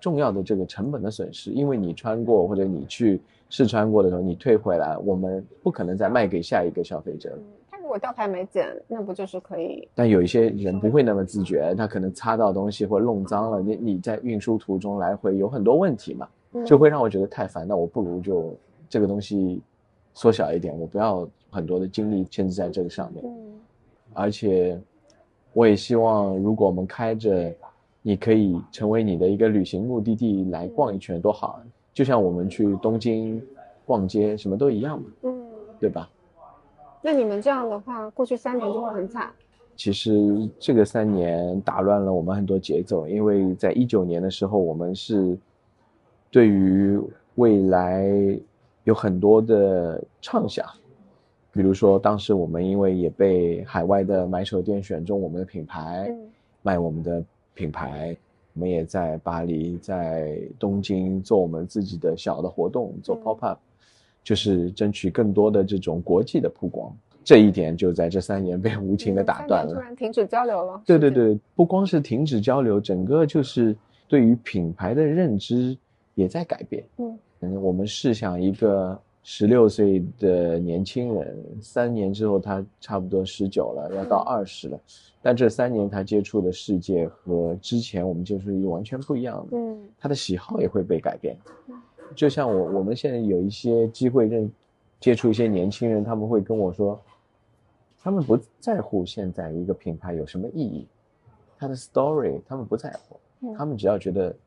重要的这个成本的损失，因为你穿过或者你去试穿过的时候你退回来，我们不可能再卖给下一个消费者。 他如果吊牌没剪，那不就是可以？ 但有一些人不会那么自觉，他可能擦到东西或弄脏了，你在运输途中来回有很多问题嘛，就会让我觉得太烦。那我不如就这个东西缩小一点，我不要很多的精力牵制在这个上面。而且我也希望如果我们开着你可以成为你的一个旅行目的地来逛一圈多好，就像我们去东京逛街什么都一样嘛，对吧？ 那你们这样的话过去3年就会很惨。 其实这个3年打乱了我们很多节奏，因为在19年的时候我们是对于未来有很多的畅想，比如说当时我们因为也被海外的买手店选中我们的品牌，卖我们的品牌，我们也在巴黎在东京做我们自己的小的活动，做 pop up，就是争取更多的这种国际的曝光，这一点就在这3年被无情的打断了。 突然停止交流了。 对对对，不光是停止交流，整个就是对于品牌的认知也在改变。我们试想一个16岁的年轻人，3年之后他差不多19了，要到20了，但这3年他接触的世界和之前我们接触的完全不一样的，他的喜好也会被改变。就像我们现在有一些机会接触一些年轻人，他们会跟我说，他们不在乎现在一个品牌有什么意义，他的 story 他们不在乎，他们只要觉得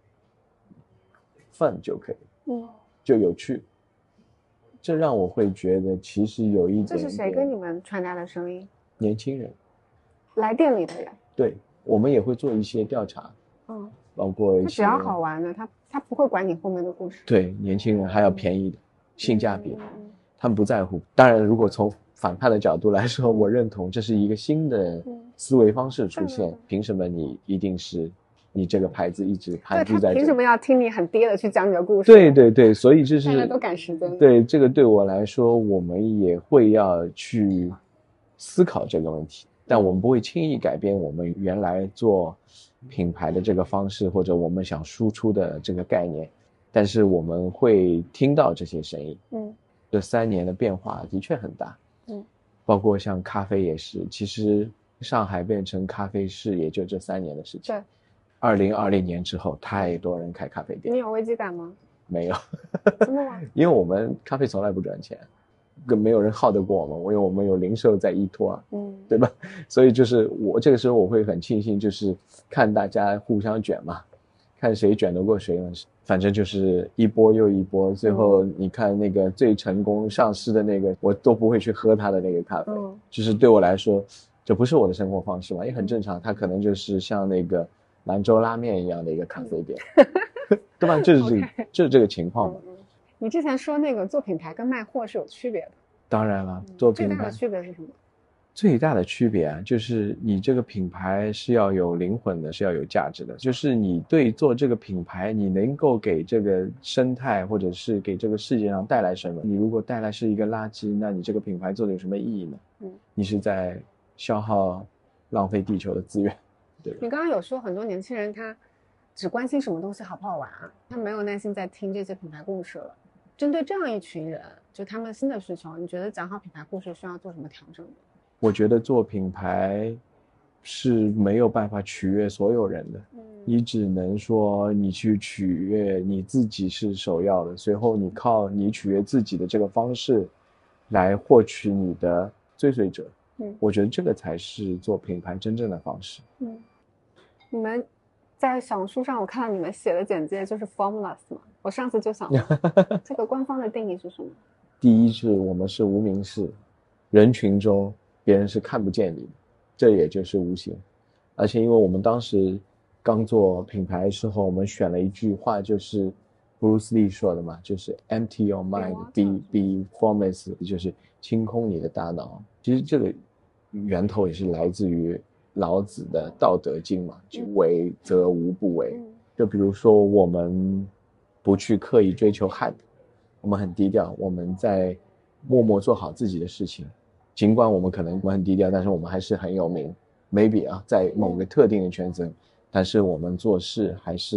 fun 就可以，就有趣。这让我会觉得其实有一点。 这是谁跟你们传达的声音？ 年轻人， 来店里的人。对， 我们也会做一些调查，包括一些， 只要好玩的，他不会管你后面的故事。 对，年轻人还要便宜的，性价比，他们不在乎。当然，如果从反叛的角度来说，我认同这是一个新的思维方式出现。凭什么你一定是你这个牌子一直盘踞在这？ 凭什么要听你很爹的去讲你的故事？ 对对对，所以就是大家都赶时间。 对，这个对我来说，我们也会要去思考这个问题，但我们不会轻易改变我们原来做品牌的这个方式，或者我们想输出的这个概念。但是我们会听到这些声音。这3年的变化的确很大。包括像咖啡也是，其实上海变成咖啡市也就这3年的事情。对。2020年之后，太多人开咖啡店。 你有危机感吗？ 没有。 真的吗？ 因为我们咖啡从来不赚钱，更没有人耗得过我们，因为我们有零售在依托，对吧？所以就是我这个时候我会很庆幸，就是看大家互相卷嘛，看谁卷得过谁了。反正就是一波又一波，最后你看那个最成功上市的那个，我都不会去喝他的那个咖啡，就是对我来说，这不是我的生活方式嘛，也很正常。它可能就是像那个兰州拉面一样的一个咖啡店，对吧？就是这个情况嘛。 你之前说那个做品牌跟卖货是有区别的。 当然了，做品牌最大的区别是什么？ 最大的区别啊，就是你这个品牌是要有灵魂的，是要有价值的。就是你对做这个品牌，你能够给这个生态或者是给这个世界上带来什么？你如果带来是一个垃圾，那你这个品牌做的有什么意义呢？你是在消耗、浪费地球的资源，对吧？ 你刚刚有说很多年轻人他只关心什么东西好不好玩，他没有耐心在听这些品牌故事了。针对这样一群人，就他们新的需求，你觉得讲好品牌故事需要做什么调整吗？ 我觉得做品牌是没有办法取悦所有人的，你只能说你去取悦你自己是首要的，随后你靠你取悦自己的这个方式来获取你的追随者。我觉得这个才是做品牌真正的方式。 你们在小红书上我看到你们写的简介就是 formless 嘛，我上次就想问这个官方的定义是什么？ 第一是我们是无名氏，人群中别人是看不见你的，这也就是无形。而且因为我们当时刚做品牌的时候，我们选了一句话，就是 Bruce Lee 说的嘛，就是 empty your mind, be formless， 就是清空你的大脑。其实这个源头也是来自于老子的道德经嘛，就为则无不为。就比如说我们不去刻意追求hype，我们很低调，我们在默默做好自己的事情。尽管我们可能很低调，但是我们还是很有名 maybe 啊，在某个特定的圈子，但是我们做事还是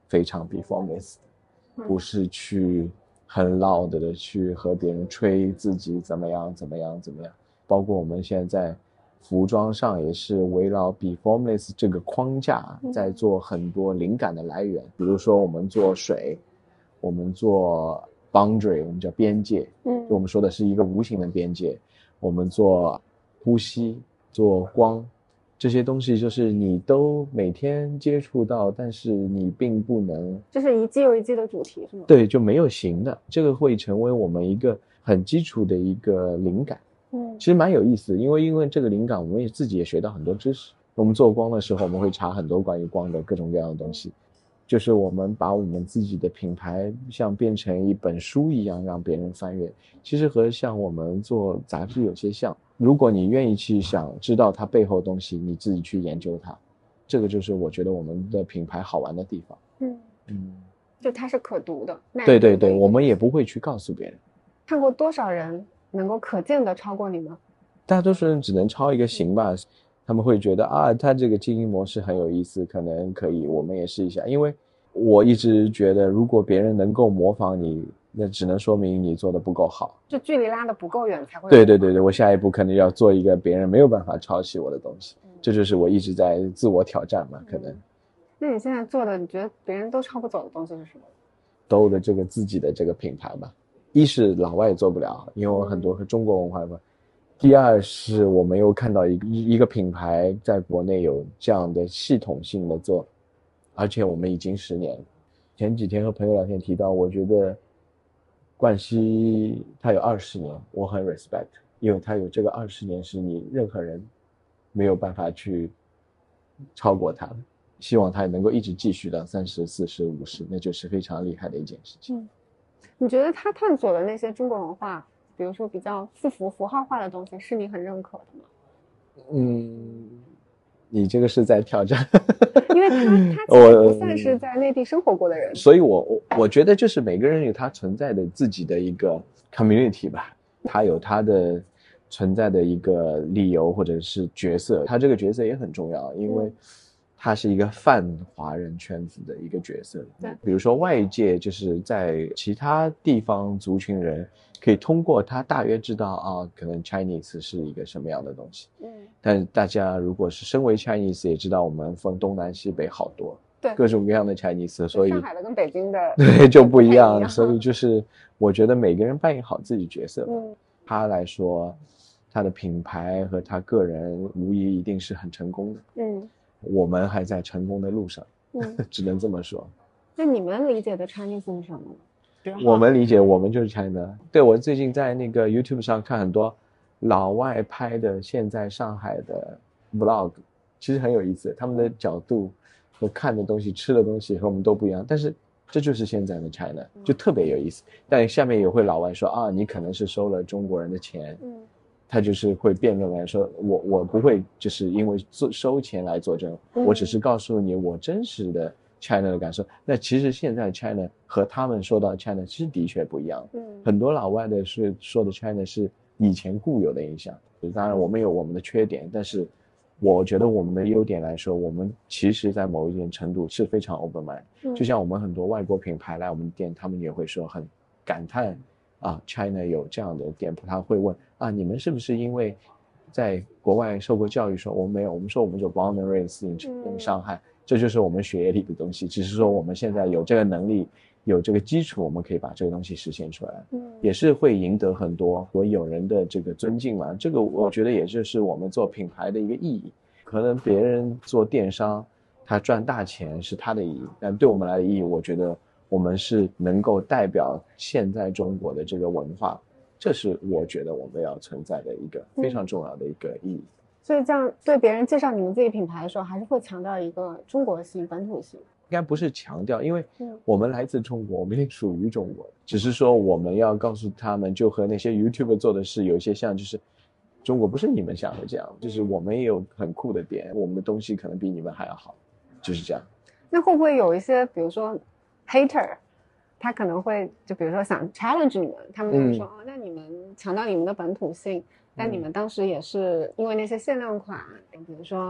非常 performance，不是去很 loud 的去和别人吹自己怎么样。包括我们现在服装上也是围绕 performance 这个框架在做很多灵感的来源，比如说我们做水，我们做 boundary， 我们叫边界，就我们说的是一个无形的边界，我们做呼吸，做光，这些东西就是你都每天接触到，但是你并不能， 这是一季又一季的主题是吗？ 对，就没有形的，这个会成为我们一个很基础的一个灵感。其实蛮有意思的，因为这个灵感我们自己也学到很多知识。我们做光的时候，我们会查很多关于光的各种各样的东西，就是我们把我们自己的品牌像变成一本书一样让别人翻阅，其实和像我们做杂志有些像。如果你愿意去想知道它背后的东西，你自己去研究它，这个就是我觉得我们的品牌好玩的地方。 就它是可读的。 对，我们也不会去告诉别人。 看过多少人能够可见的超过你吗？ 大多数人只能超一个型吧，他们会觉得啊，他这个经营模式很有意思，可能可以，我们也试一下。因为我一直觉得，如果别人能够模仿你，那只能说明你做的不够好， 就距离拉得不够远才会。 对，我下一步可能要做一个别人没有办法抄袭我的东西，这就是我一直在自我挑战嘛，可能。 那你现在做的，你觉得别人都抄不走的东西是什么？ 都的这个自己的这个品牌吧。一是老外也做不了，因为我很多和中国文化吧。第二是我没有看到一个品牌在国内有这样的系统性的做，而且我们已经10年了。前几天和朋友聊天提到，我觉得冠希他有20年，我很 respect， 因为他有这个20年是你任何人没有办法去超过他的。希望他也能够一直继续到30、40、50，那就是非常厉害的一件事情。 你觉得他探索的那些中国文化，比如说比较字符符号化的东西，是你很认可的吗？ 你这个是在挑战。 因为他其实不算是在内地生活过的人， 所以我觉得就是每个人有他存在的自己的一个 community 吧，他有他的存在的一个理由或者是角色，他这个角色也很重要，因为他是一个泛华人圈子的一个角色。 对， 比如说外界就是在其他地方族群人可以通过他大约知道啊，可能 Chinese 是一个什么样的东西。但大家如果是身为 Chinese 也知道我们分东南西北好多， 对， 各种各样的 Chinese， 所以上海的跟北京的对就不一样，所以就是我觉得每个人扮演好自己角色。他来说，他的品牌和他个人无疑一定是很成功的。我们还在成功的路上，只能这么说。 那你们理解的 Chinese 是什么呢？ 我们理解，我们就是 China。对，我最近在那个 YouTube 上看很多老外拍的现在上海的 vlog， 其实很有意思，他们的角度和看的东西、吃的东西和我们都不一样，但是这就是现在的 China， 就特别有意思。但下面也会老外说啊，你可能是收了中国人的钱。他就是会辩论来说，我不会就是因为收钱来作证，我只是告诉你我真实的 China 的感受。那其实现在 China 和他们说到 China 其实的确不一样。很多老外的说的 China 是以前固有的印象。当然我们有我们的缺点，但是我觉得我们的优点来说，我们其实在某一点程度是非常 open mind。就像我们很多外国品牌来我们店，他们也会说很感叹啊 ，China 有这样的店铺，他会问啊，你们是不是因为在国外受过教育？说我们没有，我们说我们就 born and raised in 上海，这就是我们血液里的东西，只是说我们现在有这个能力，有这个基础，我们可以把这个东西实现出来。也是会赢得很多友人的这个尊敬嘛。这个我觉得也就是我们做品牌的一个意义。可能别人做电商，他赚大钱是他的意义，但对我们来的意义，我觉得我们是能够代表现在中国的这个文化，这是我觉得我们要存在的一个非常重要的一个意义。 所以这样对别人介绍你们自己品牌的时候，还是会强调一个中国性、本土性。 应该不是强调，因为我们来自中国，我们也属于中国，只是说我们要告诉他们，就和那些 YouTuber 做的事有一些像，就是中国不是你们想的这样，就是我们也有很酷的点，我们的东西可能比你们还要好，就是这样。 那会不会有一些比如说 hater， 他可能会就比如说想 challenge 你们，他们就会说哦，那你们强调你们的本土性，但你们当时也是因为那些限量款，比如说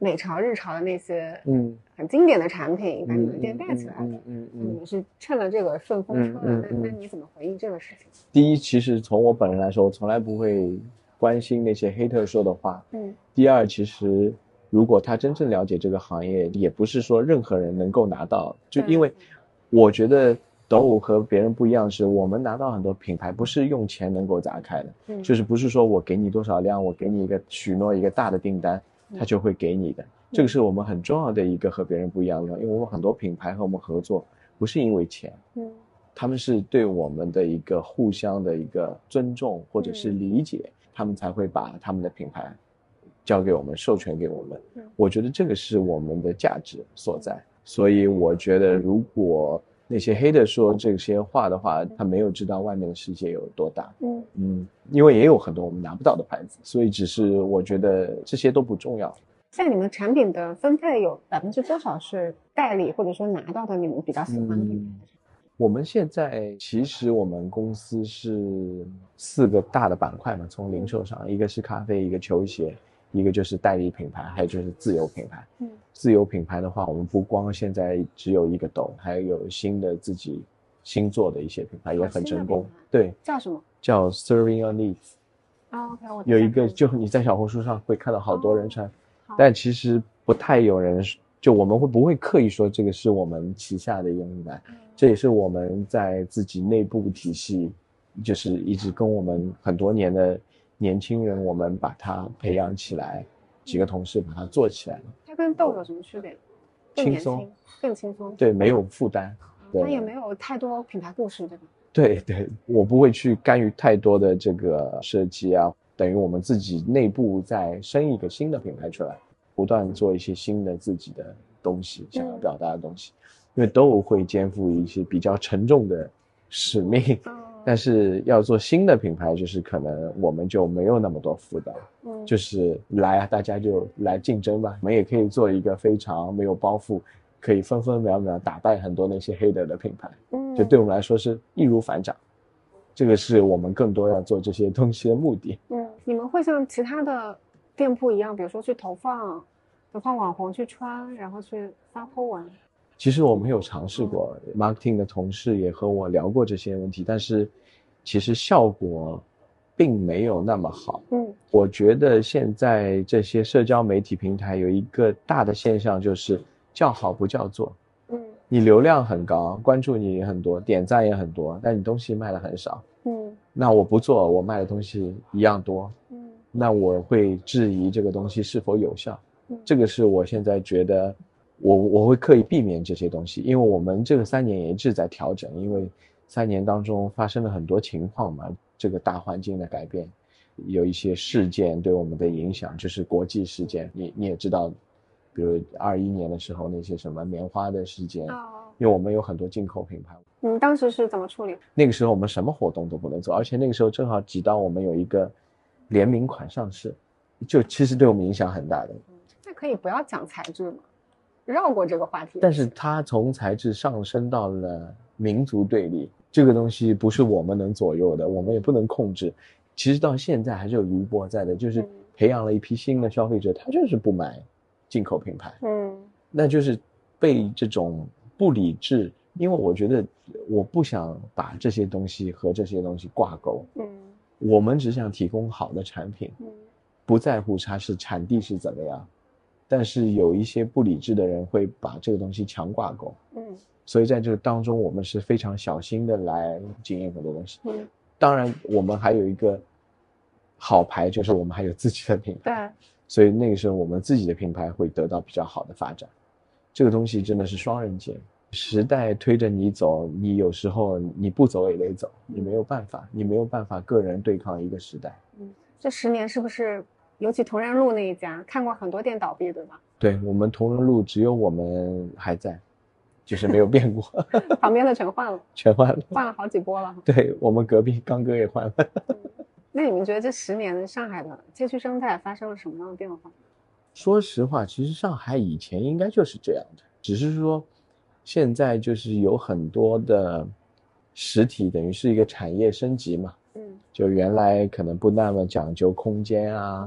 美潮日潮的那些很经典的产品把你们店带起来的，你们是趁了这个顺风车的，那你怎么回应这个事情？ 第一，其实从我本人来说，我从来不会关心那些黑特说的话。第二，其实如果他真正了解这个行业，也不是说任何人能够拿到，就因为我觉得斗舞和别人不一样，是我们拿到很多品牌不是用钱能够砸开的，就是不是说我给你多少量，我给你一个许诺一个大的订单，他就会给你的。这个是我们很重要的一个和别人不一样的地方，因为我们很多品牌和我们合作不是因为钱，他们是对我们的一个互相的一个尊重或者是理解，他们才会把他们的品牌交给我们，授权给我们。我觉得这个是我们的价值所在。所以我觉得如果那些黑的说这些话的话，他没有知道外面的世界有多大。因为也有很多我们拿不到的牌子，所以只是我觉得这些都不重要。 像你们产品的分配有多少是代理或者说拿到的你们比较喜欢的品牌？ 我们现在其实我们公司是4个大的板块嘛，从零售上，一个是咖啡，一个球鞋，一个就是代理品牌，还有就是自有品牌。自有品牌的话，我们不光现在只有一个斗，还有新的自己新做的一些品牌也很成功。对， 叫什么？ 叫 Serving Your Needs。OK， 有一个就你在小红书上会看到好多人穿，但其实不太有人，就我们不会刻意说这个是我们旗下的一个品牌，这也是我们在自己内部体系，就是一直跟我们很多年的年轻人，我们把它培养起来，几个同事把它做起来了。 它跟豆有什么区别？ 轻松， 更轻松。 对，没有负担。 它也没有太多品牌故事，对吧？ 对，我不会去干预太多的这个设计啊，等于我们自己内部再生一个新的品牌出来，不断做一些新的自己的东西，想要表达的东西。因为都会肩负一些比较沉重的使命，但是要做新的品牌，就是可能我们就没有那么多负担，就是大家就来竞争吧。我们也可以做一个非常没有包袱，可以分分秒秒打败很多那些黑的品牌，就对我们来说是易如反掌。这个是我们更多要做这些东西的目的。 你们会像其他的店铺一样，比如说去投放网红去穿，然后去发 po 文？ 其实我们有尝试过，marketing 的同事也和我聊过这些问题，但是其实效果并没有那么好。我觉得现在这些社交媒体平台有一个大的现象，就是叫好不叫座。你流量很高，关注你也很多，点赞也很多，但你东西卖的很少。那我不做，我卖的东西一样多。那我会质疑这个东西是否有效。这个是我现在觉得我会刻意避免这些东西，因为我们这个3年也一直在调整，因为3年当中发生了很多情况嘛，这个大环境的改变，有一些事件对我们的影响，就是国际事件，你也知道，比如21年的时候那些什么棉花的事件，因为我们有很多进口品牌。 你当时是怎么处理？ 那个时候我们什么活动都不能做，而且那个时候正好挤到我们有一个联名款上市，就其实对我们影响很大的。 那可以不要讲材质吗？绕过这个话题。 但是它从材质上升到了民族对立，这个东西不是我们能左右的，我们也不能控制。其实到现在还是有余波在的，就是培养了一批新的消费者，他就是不买进口品牌。那就是被这种不理智，因为我觉得我不想把这些东西和这些东西挂钩。我们只想提供好的产品，不在乎它是产地是怎么样。但是有一些不理智的人会把这个东西强挂钩，所以在这个当中我们是非常小心的来经营很多东西。当然我们还有一个好牌，就是我们还有自己的品牌，所以那个时候我们自己的品牌会得到比较好的发展。这个东西真的是双刃剑，时代推着你走，你有时候你不走也得走，你没有办法个人对抗一个时代。 这10年是不是尤其同仁路那一家看过很多店倒闭，对吧？ 对，我们同仁路只有我们还在，就是没有变过。 旁边的全换了，换了好几波了。 对，我们隔壁刚哥也换了。 那你们觉得这10年上海的街区生态发生了什么样的变化？ 说实话，其实上海以前应该就是这样的，只是说现在就是有很多的实体等于是一个产业升级嘛。就原来可能不那么讲究空间啊，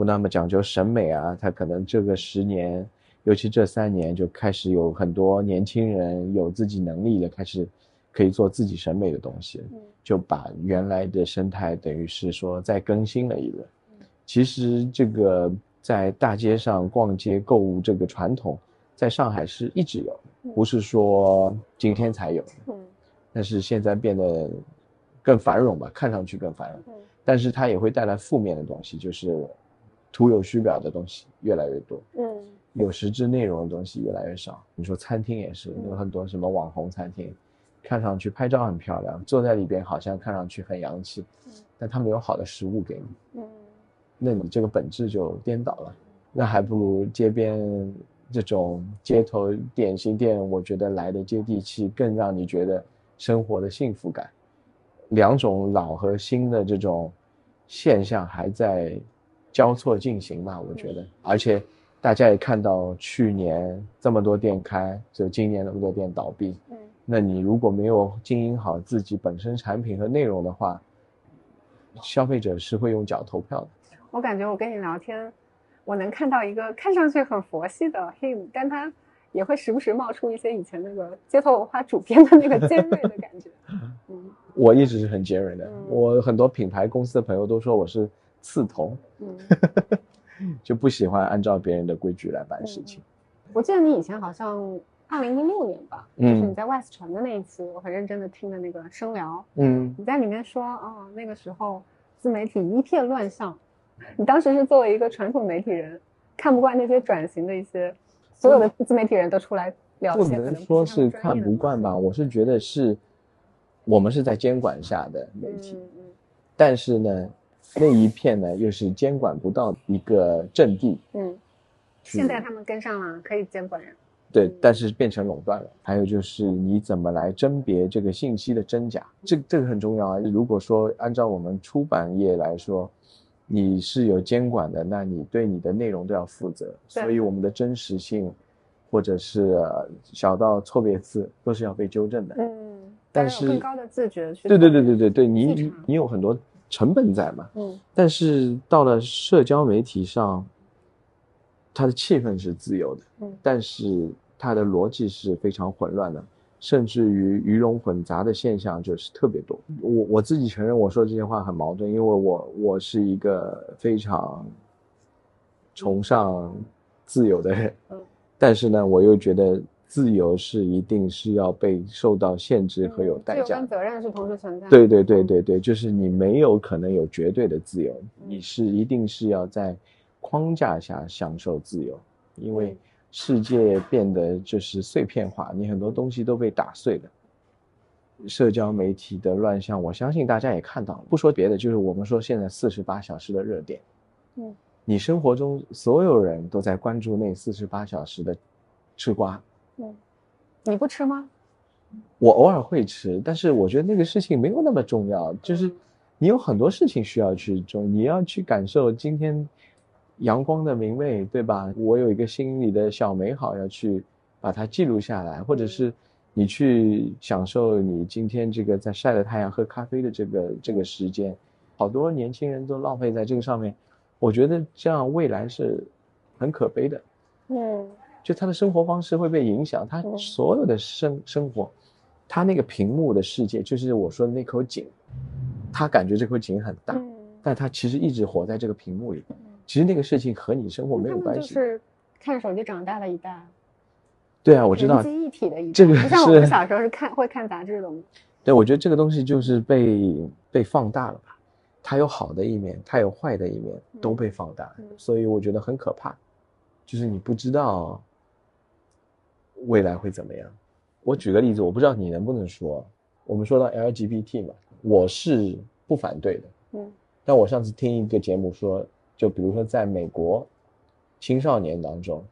不那么讲究审美啊，他可能这个10年，尤其这3年就开始有很多年轻人有自己能力的，开始可以做自己审美的东西，就把原来的生态等于是说再更新了一轮。其实这个在大街上逛街购物这个传统，在上海是一直有，不是说今天才有，但是现在变得更繁荣吧，看上去更繁荣，但是它也会带来负面的东西，就是徒有虚表的东西越来越多，有实质内容的东西越来越少。你说餐厅也是，有很多什么网红餐厅，看上去拍照很漂亮，坐在里边好像看上去很洋气，但它没有好的食物给你，那你这个本质就颠倒了。那还不如街边这种街头点心店，我觉得来的接地气，更让你觉得生活的幸福感。2种老和新的这种现象还在交错进行吧，我觉得。而且大家也看到去年这么多店开，就今年那么多店倒闭，那你如果没有经营好自己本身产品和内容的话，消费者是会用脚投票的。 我感觉我跟你聊天，我能看到一个看上去很佛系的 him， 但他也会时不时冒出一些以前那个街头文化主编的那个尖锐的感觉。 我一直是很尖锐的，我很多品牌公司的朋友都说我是刺头，就不喜欢按照别人的规矩来办事情。 我记得你以前好像2016年吧，就是你在 West 传的那一期，我很认真的听的那个声聊，你在里面说那个时候自媒体一片乱象，你当时是作为一个传统媒体人，看不惯那些转型的一些，所有的自媒体人都出来聊一些， 不能说是看不惯吧，我是觉得是我们是在监管下的媒体，但是呢那一片呢又是监管不到一个阵地， 现在他们跟上了，可以监管人， 对，但是变成垄断了。还有就是你怎么来甄别这个信息的真假，这个很重要啊。如果说按照我们出版业来说，你是有监管的，那你对你的内容都要负责，所以我们的真实性或者是小到错别字都是要被纠正的。 但是有更高的自觉去对，你有很多成本在嘛，但是到了社交媒体上，它的气氛是自由的，但是它的逻辑是非常混乱的，甚至于鱼龙混杂的现象就是特别多。我自己承认我说这些话很矛盾，因为我是一个非常崇尚自由的人，但是呢我又觉得自由是一定是要被受到限制和有代价， 自由跟责任是同时存在的。 对，就是你没有可能有绝对的自由，你是一定是要在框架下享受自由，因为世界变得就是碎片化，你很多东西都被打碎了。社交媒体的乱象，我相信大家也看到了，不说别的，就是我们说现在48小时的热点，你生活中所有人都在关注那48小时的吃瓜。 你不吃吗？ 我偶尔会吃，但是我觉得那个事情没有那么重要，就是你有很多事情需要去做，你要去感受今天阳光的明媚，对吧？我有一个心里的小美好要去把它记录下来，或者是你去享受你今天这个在晒着太阳喝咖啡的这个时间，好多年轻人都浪费在这个上面，我觉得这样未来是很可悲的。就他的生活方式会被影响，他所有的生活，他那个屏幕的世界，就是我说的那口井，他感觉这口井很大，但他其实一直活在这个屏幕里，其实那个事情和你生活没有关系。 就是看手机长大的一代。 对啊，我知道。 人机一体的一代， 这个是不像我们小时候是会看杂志的吗？ 对，我觉得这个东西就是被放大了吧，它有好的一面，它有坏的一面，都被放大，所以我觉得很可怕，就是你不知道未来会怎么样。我举个例子，我不知道你能不能说，我们说到 LGBT 嘛，我是不反对的，但我上次听一个节目说，就比如说在美国青少年当中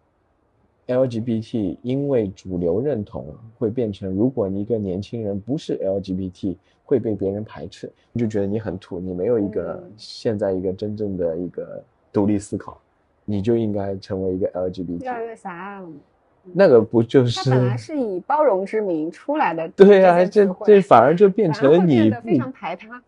LGBT 因为主流认同会变成，如果你一个年轻人不是 LGBT 会被别人排斥，你就觉得你很土，你没有一个现在一个真正的一个独立思考，你就应该成为一个 LGBT， 越来越狭隘了吗？ 那个不就是他本来是以包容之名出来的？ 对啊，这反而就变成了你非常排他。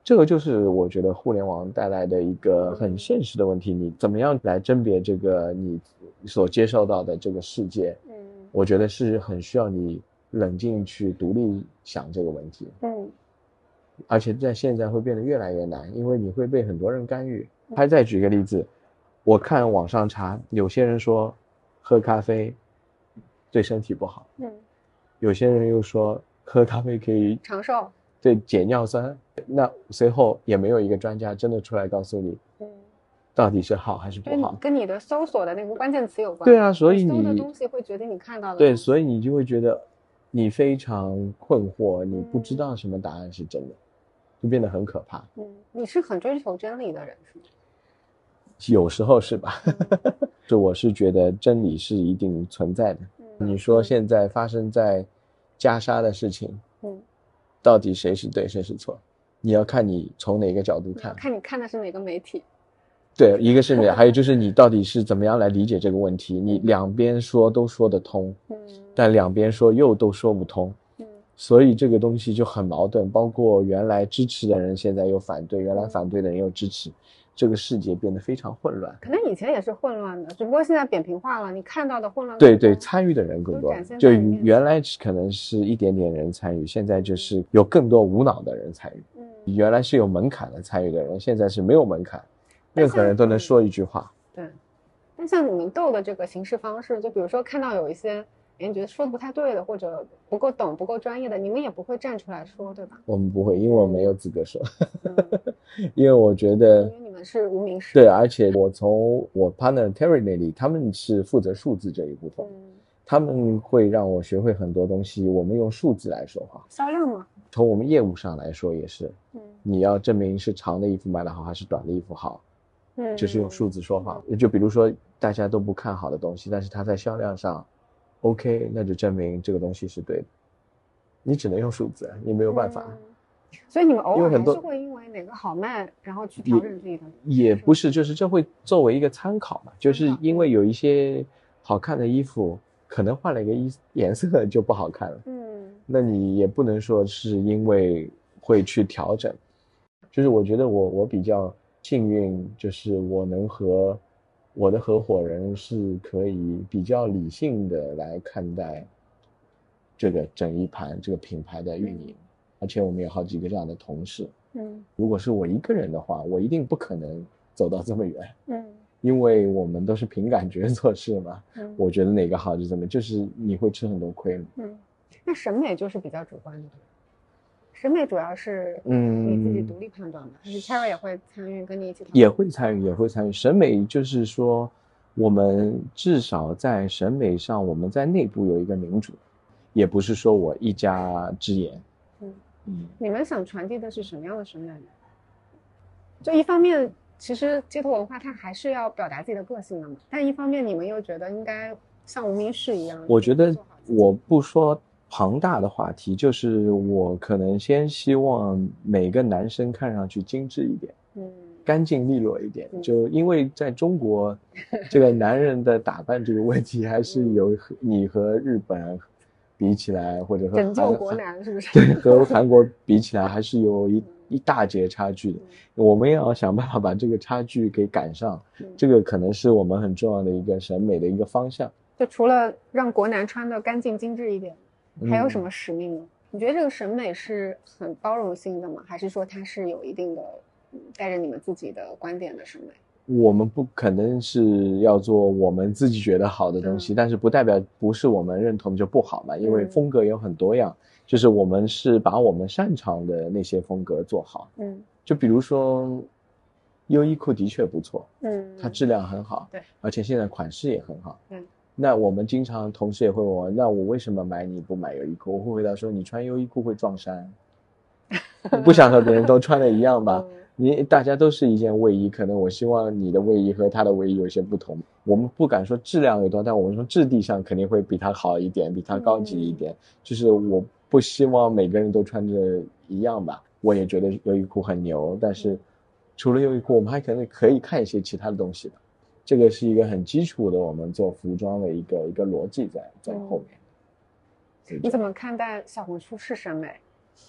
这个就是我觉得互联网带来的一个很现实的问题，你怎么样来甄别这个你所接受到的这个世界，我觉得是很需要你冷静去独立想这个问题。而且在现在会变得越来越难，因为你会被很多人干预。还再举个例子，我看网上查，有些人说喝咖啡对身体不好，有些人又说喝咖啡可以长寿， 对，解尿酸。那随后也没有一个专家真的出来告诉你，到底是好还是不好。 跟你的搜索的那个关键词有关。 对啊，所以你搜的东西会决定你看到的。 对，所以你就会觉得你非常困惑，你不知道什么答案是真的，就变得很可怕。 你是很追求真理的人是吗？ 有时候是吧？就我是觉得真理是一定存在的。你说现在发生在加沙的事情，到底谁是对谁是错？你要看你从哪个角度看， 看你看的是哪个媒体。 对，一个是还有就是你到底是怎么样来理解这个问题，你两边说都说得通，但两边说又都说不通，所以这个东西就很矛盾，包括原来支持的人现在又反对，原来反对的人又支持，这个世界变得非常混乱。 可能以前也是混乱的，只不过现在扁平化了，你看到的混乱对对，参与的人更多，就原来可能是一点点人参与，现在就是有更多无脑的人参与。原来是有门槛的参与的人，现在是没有门槛，任何人都能说一句话。 对，但像你们斗的这个形式方式，就比如说看到有一些你觉得说的不太对的，或者不够懂不够专业的，你们也不会站出来说，对吧？ 我们不会，因为我没有资格说。因为我觉得因为你们是无名氏。 对，而且我从我 partner Terry 那里，他们是负责数字这一部分，他们会让我学会很多东西，我们用数字来说话。 销量吗？ 从我们业务上来说也是，你要证明是长的衣服卖得好还是短的衣服好，就是用数字说话。就比如说大家都不看好的东西，但是它在销量上 OK， 那就证明这个东西是对的。你只能用数字，你没有办法。 所以你们偶尔还是会因为哪个好卖，然后去调整自己的。 也不是，就是这会作为一个参考嘛，就是因为有一些好看的衣服，可能换了一个颜色就不好看了。那你也不能说是因为会去调整。就是我觉得我比较幸运，就是我能和我的合伙人是可以比较理性的来看待这个整一盘这个品牌的运营。而且我们有好几个这样的同事，如果是我一个人的话，我一定不可能走到这么远，因为我们都是凭感觉做事嘛，我觉得哪个好就怎么，就是你会吃很多亏嘛。 那审美就是比较主观的，审美主要是你自己独立判断的，还是 Terry 也会参与跟你一起讨论？ 也会参与。审美就是说，我们至少在审美上，我们在内部有一个民主，也不是说我一家之言。 你们想传递的是什么样的审美呢？就一方面其实街头文化它还是要表达自己的个性的嘛，但一方面你们又觉得应该像无名氏一样。 我觉得我不说庞大的话题，就是我可能先希望每个男生看上去精致一点，干净利落一点，就因为在中国这个男人的打扮这个问题还是有你和日本比起来，或者和拯救国男是不是？ 对，和韩国比起来还是有一大截差距的。我们也要想办法把这个差距给赶上，这个可能是我们很重要的一个审美的一个方向。 就除了让国男穿的干净精致一点，还有什么使命呢？你觉得这个审美是很包容性的吗？还是说它是有一定的带着你们自己的观点的审美？ 我们不可能是要做我们自己觉得好的东西，但是不代表不是我们认同就不好嘛，因为风格有很多样，就是我们是把我们擅长的那些风格做好。就比如说优衣库的确不错，它质量很好，对，而且现在款式也很好。那我们经常同事也会问我，那我为什么买你不买优衣库？我会回答说，你穿优衣库会撞衫，不想和别人都穿的一样吧。大家都是一件卫衣，可能我希望你的卫衣和他的卫衣有些不同。我们不敢说质量有多，但我们说质地上肯定会比他好一点，比他高级一点。就是我不希望每个人都穿着一样吧。我也觉得优衣库很牛，但是除了优衣库，我们还可以看一些其他的东西的。这个是一个很基础的我们做服装的一个逻辑在后面。 你怎么看待小红书式审美？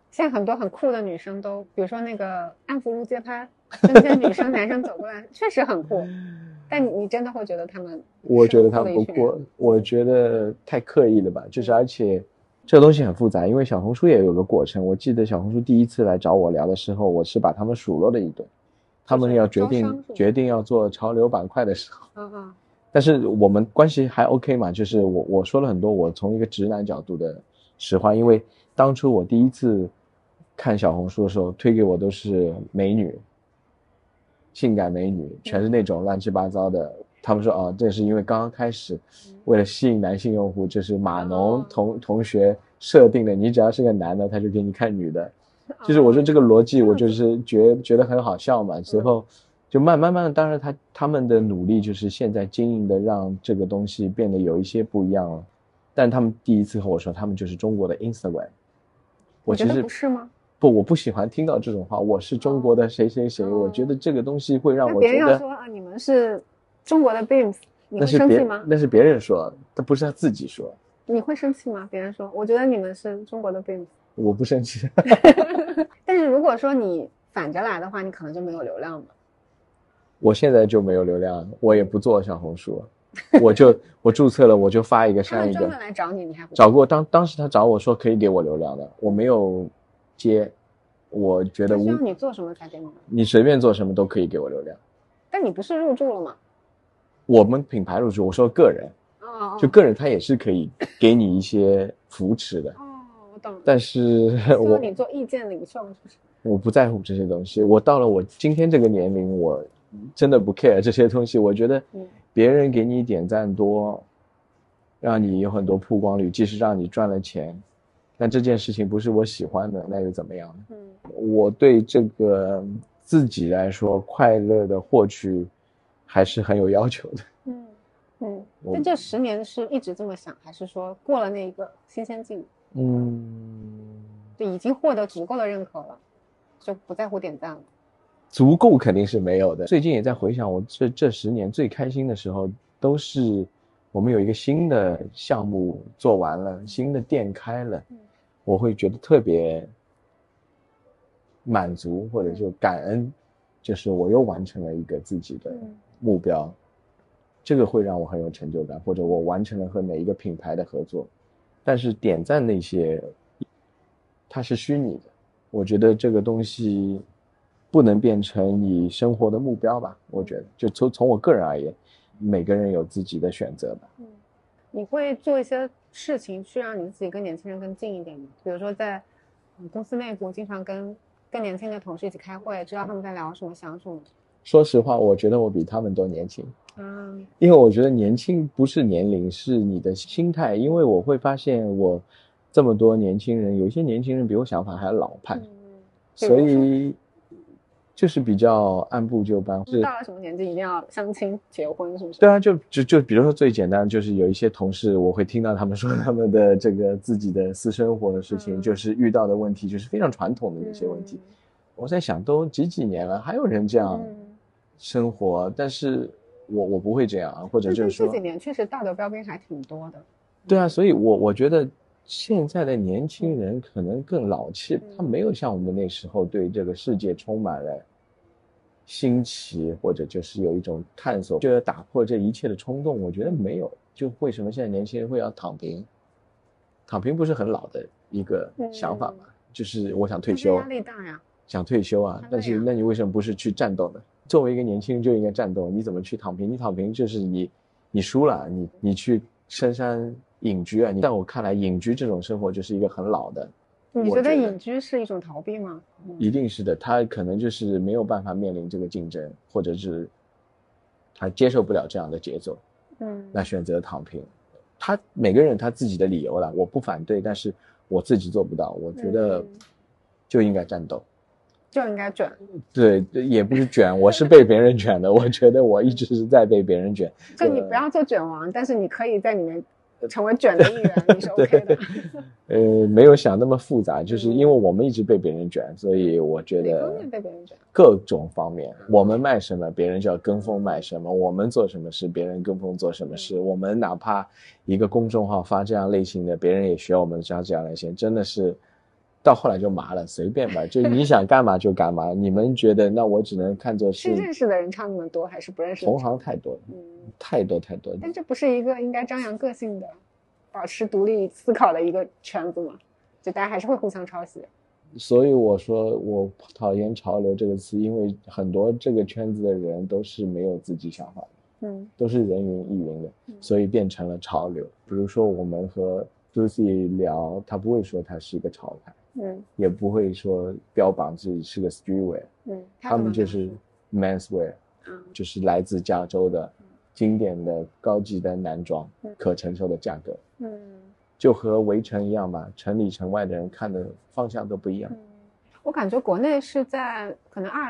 现在很多很酷的女生都，比如说那个安福路街拍，那些女生男生走过来确实很酷，但你真的会觉得他们？ 我觉得他们不酷，我觉得太刻意了吧，就是而且这个东西很复杂，因为小红书也有个过程。我记得小红书第一次来找我聊的时候，我是把他们数落了一顿，他们要决定要做潮流板块的时候，但是我们关系还 OK 嘛，就是我说了很多我从一个直男角度的实话，因为当初我第一次看小红书的时候，推给我都是美女，性感美女，全是那种乱七八糟的。他们说这是因为刚刚开始，为了吸引男性用户，这是码农同学设定的，你只要是个男的，他就给你看女的。就是我说这个逻辑，我就是觉得很好笑嘛。随后就慢慢，当然他们的努力就是现在经营的让这个东西变得有一些不一样了。但他们第一次和我说，他们就是中国的 Instagram。我其实觉得不是吗？ 不，我不喜欢听到这种话。我是中国的谁谁谁，我觉得这个东西会让我觉得。 别人要说你们是中国的 Beams， 你会生气吗？ 那是别人说，他不是他自己说。 你会生气吗？别人说，我觉得你们是中国的 Beams。 我不生气。 但是如果说你反着来的话，你可能就没有流量了。 我现在就没有流量，我也不做小红书。我注册了，我就发一个删一个。 专门来找你，你还不找过？当时他找我说可以给我流量的，我没有接。我觉得需要你做什么才给你？ 你随便做什么都可以给我流量。 但你不是入驻了吗？ 我们品牌入驻，我说个人，就个人他也是可以给你一些扶持的。 我懂。 但是你做意见领袖是不是？ 我不在乎这些东西。我到了我今天这个年龄，我真的不 care 这些东西。我觉得别人给你点赞多，让你有很多曝光率，即使让你赚了钱，但这件事情不是我喜欢的，那又怎么样呢？我对这个自己来说快乐的获取还是很有要求的。 那这10年是一直这么想，还是说过了那个新鲜劲？就已经获得足够的认可了，就不在乎点赞了。 足够肯定是没有的。最近也在回想我这10年最开心的时候，都是我们有一个新的项目做完了，新的店开了，我会觉得特别满足，或者就感恩，就是我又完成了一个自己的目标，这个会让我很有成就感，或者我完成了和哪一个品牌的合作。但是点赞那些它是虚拟的，我觉得这个东西不能变成你生活的目标吧。我觉得就从我个人而言，每个人有自己的选择吧。 你会做一些事情去让你自己跟年轻人更近一点吗？比如说在公司内部经常跟更年轻的同事一起开会，知道他们在聊什么想什么。 说实话，我觉得我比他们都年轻。因为我觉得年轻不是年龄，是你的心态。因为我会发现我这么多年轻人，有些年轻人比我想法还老派，所以就是比较按部就班。是到了什么年纪一定要相亲结婚，是不是？ 对啊，就比如说最简单，就是有一些同事，我会听到他们说他们的这个自己的私生活的事情，就是遇到的问题，就是非常传统的一些问题。我在想，都几年了，还有人这样生活，但是我不会这样，或者就是说这几年确实道德标兵还挺多的。 对啊，所以我觉得现在的年轻人可能更老气，他没有像我们那时候对这个世界充满了新奇，或者就是有一种探索，就要打破这一切的冲动。我觉得没有。就为什么现在年轻人会要躺平？躺平不是很老的一个想法吗？就是我想退休， 压力大呀， 想退休啊，但是那你为什么不是去战斗呢？作为一个年轻人就应该战斗，你怎么去躺平？你躺平就是你输了，你去深山隐居啊。在我看来，隐居这种生活就是一个很老的。 你觉得隐居是一种逃避吗？ 一定是的，他可能就是没有办法面临这个竞争，或者是他接受不了这样的节奏，那选择躺平。他每个人他自己的理由了，我不反对，但是我自己做不到，我觉得就应该战斗。 就应该卷。 对，也不是卷，我是被别人卷的。我觉得我一直是在被别人卷。 就你不要做卷王，但是你可以在里面成为卷的一员，你是 OK 的。 没有想那么复杂，就是因为我们一直被别人卷，所以我觉得哪方面被别人卷？ 各种方面，我们卖什么，别人就要跟风卖什么；我们做什么事，别人跟风做什么事。我们哪怕一个公众号发这样类型的，别人也学我们这样类型，真的是到后来就麻了，随便吧，就你想干嘛就干嘛。你们觉得那我只能看作是认识的人唱那么多，还是不认识的人同行太多了，太多。 但这不是一个应该张扬个性的、保持独立思考的一个圈子吗？就大家还是会互相抄袭。 所以我说我讨厌潮流这个词，因为很多这个圈子的人都是没有自己想法的，都是人云亦云的，所以变成了潮流。比如说我们和 Lucy 聊，他不会说他是一个潮牌，也不会说标榜自己是个 streetwear，他们就是 menswear，就是来自加州的经典的高级的男装，可承受的价格，就和围城一样吧，城里城外的人看的方向都不一样。 我感觉国内是在可能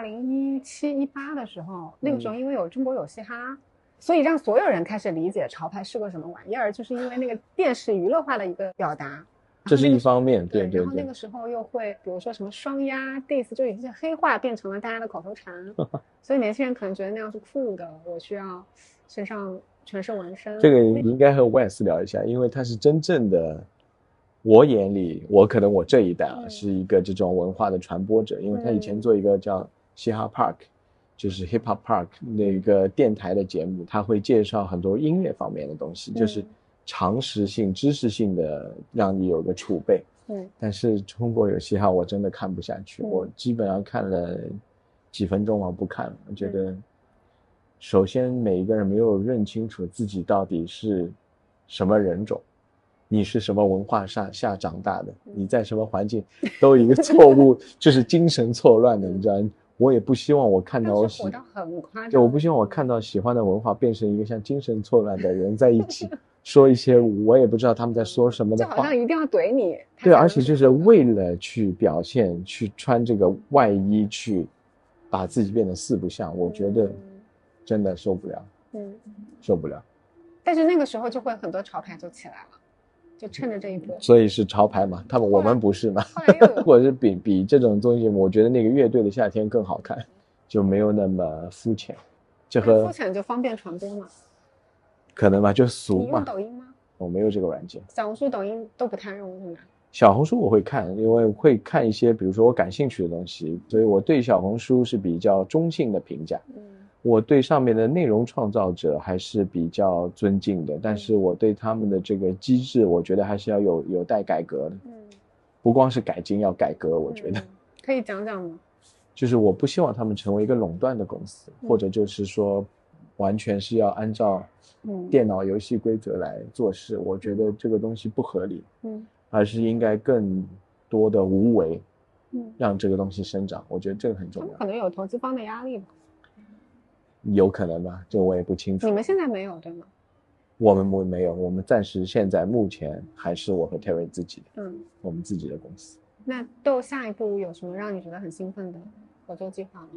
2017、18的时候，那个时候因为有中国有嘻哈，所以让所有人开始理解潮牌是个什么玩意儿，就是因为那个电视娱乐化的一个表达。 这是一方面，对。 然后那个时候又会，比如说什么双压 diss， 就已经黑化变成了大家的口头禅，所以年轻人可能觉得那样是酷的，我需要身上全是纹身。 这个应该和 Wes 聊一下，因为他是真正的，我眼里，可能我这一代是一个这种文化的传播者，因为他以前做一个叫嘻哈 Park，就是 Hip Hop Park 那个电台的节目，他会介绍很多音乐方面的东西，就是常识性、知识性的，让你有个储备。但是中国有嘻哈我真的看不下去，我基本上看了几分钟我不看了，我觉得首先每一个人没有认清楚自己到底是什么人种，你是什么文化下长大的，你在什么环境都有一个错误就是精神错乱的，你知道，我也不希望我看到火到很夸张， 我不希望我看到喜欢的文化变成一个像精神错乱的人在一起说一些我也不知道他们在说什么的话， 就好像一定要怼你。 对，而且就是为了去表现，去穿这个外衣，去把自己变得四不像，我觉得真的受不了，受不了。 但是那个时候就会很多潮牌就起来了，就趁着这一波。 所以是潮牌嘛，我们不是嘛？或者是比这种东西，我觉得那个乐队的夏天更好看，就没有那么肤浅。这和肤浅就方便传播嘛。 可能吧，就俗嘛。 你用抖音吗？ 我没有这个软件。 小红书、抖音都不太用是吗？ 小红书我会看，因为会看一些比如说我感兴趣的东西，所以我对小红书是比较中性的评价。我对上面的内容创造者还是比较尊敬的，但是我对他们的这个机制，我觉得还是要有待改革的。不光是改进，要改革，我觉得。 可以讲讲吗？ 就是我不希望他们成为一个垄断的公司，或者就是说完全是要按照电脑游戏规则来做事，我觉得这个东西不合理，而是应该更多的无为，让这个东西生长，我觉得这个很重要。 可能有投资方的压力吧， 有可能吧，这我也不清楚。 你们现在没有对吗？ 我们没有，我们暂时现在目前还是我和 Terry 自己的，我们自己的公司。 那豆下一步有什么让你觉得很兴奋的合作计划吗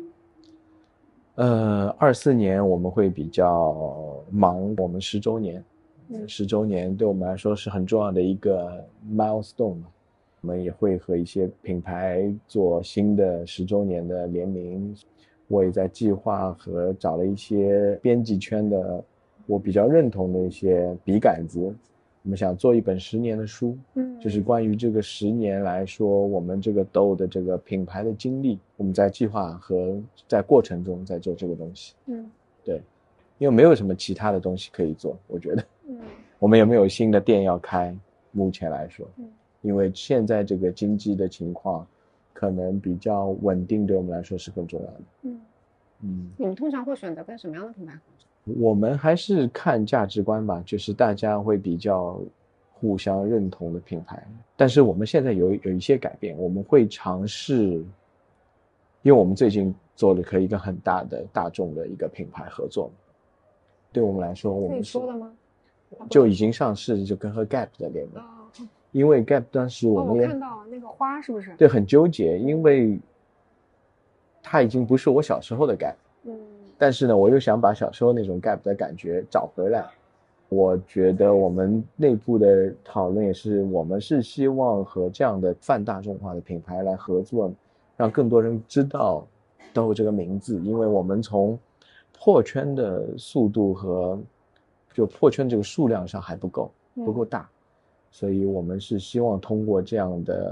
？24年我们会比较忙，我们10周年，10周年对我们来说是很重要的一个 milestone， 我们也会和一些品牌做新的10周年的联名，我也在计划和找了一些编辑圈的我比较认同的一些笔杆子，我们想做一本10年的书，就是关于这个10年来说我们这个豆的这个品牌的经历，我们在计划和在过程中在做这个东西。对，因为没有什么其他的东西可以做，我觉得。我们也没有新的店要开，目前来说，因为现在这个经济的情况可能比较稳定，对我们来说是更重要的。 你们通常会选择跟什么样的品牌合作？ 我们还是看价值观吧，就是大家会比较互相认同的品牌。但是我们现在有一些改变，我们会尝试，因为我们最近做了可以跟很大的大众的一个品牌合作，对我们来说，我们可以说的吗？ 就已经上市，就跟和 Gap 的联盟。因为 Gap 当时我们我看到那个花是不是？ 对，很纠结，因为它已经不是我小时候的 Gap。但是呢，我又想把小时候那种 Gap 的感觉找回来。我觉得我们内部的讨论也是，我们是希望和这样的泛大众化的品牌来合作，让更多人知道豆这个名字。因为我们从破圈的速度和就破圈这个数量上还不够大，所以我们是希望通过这样的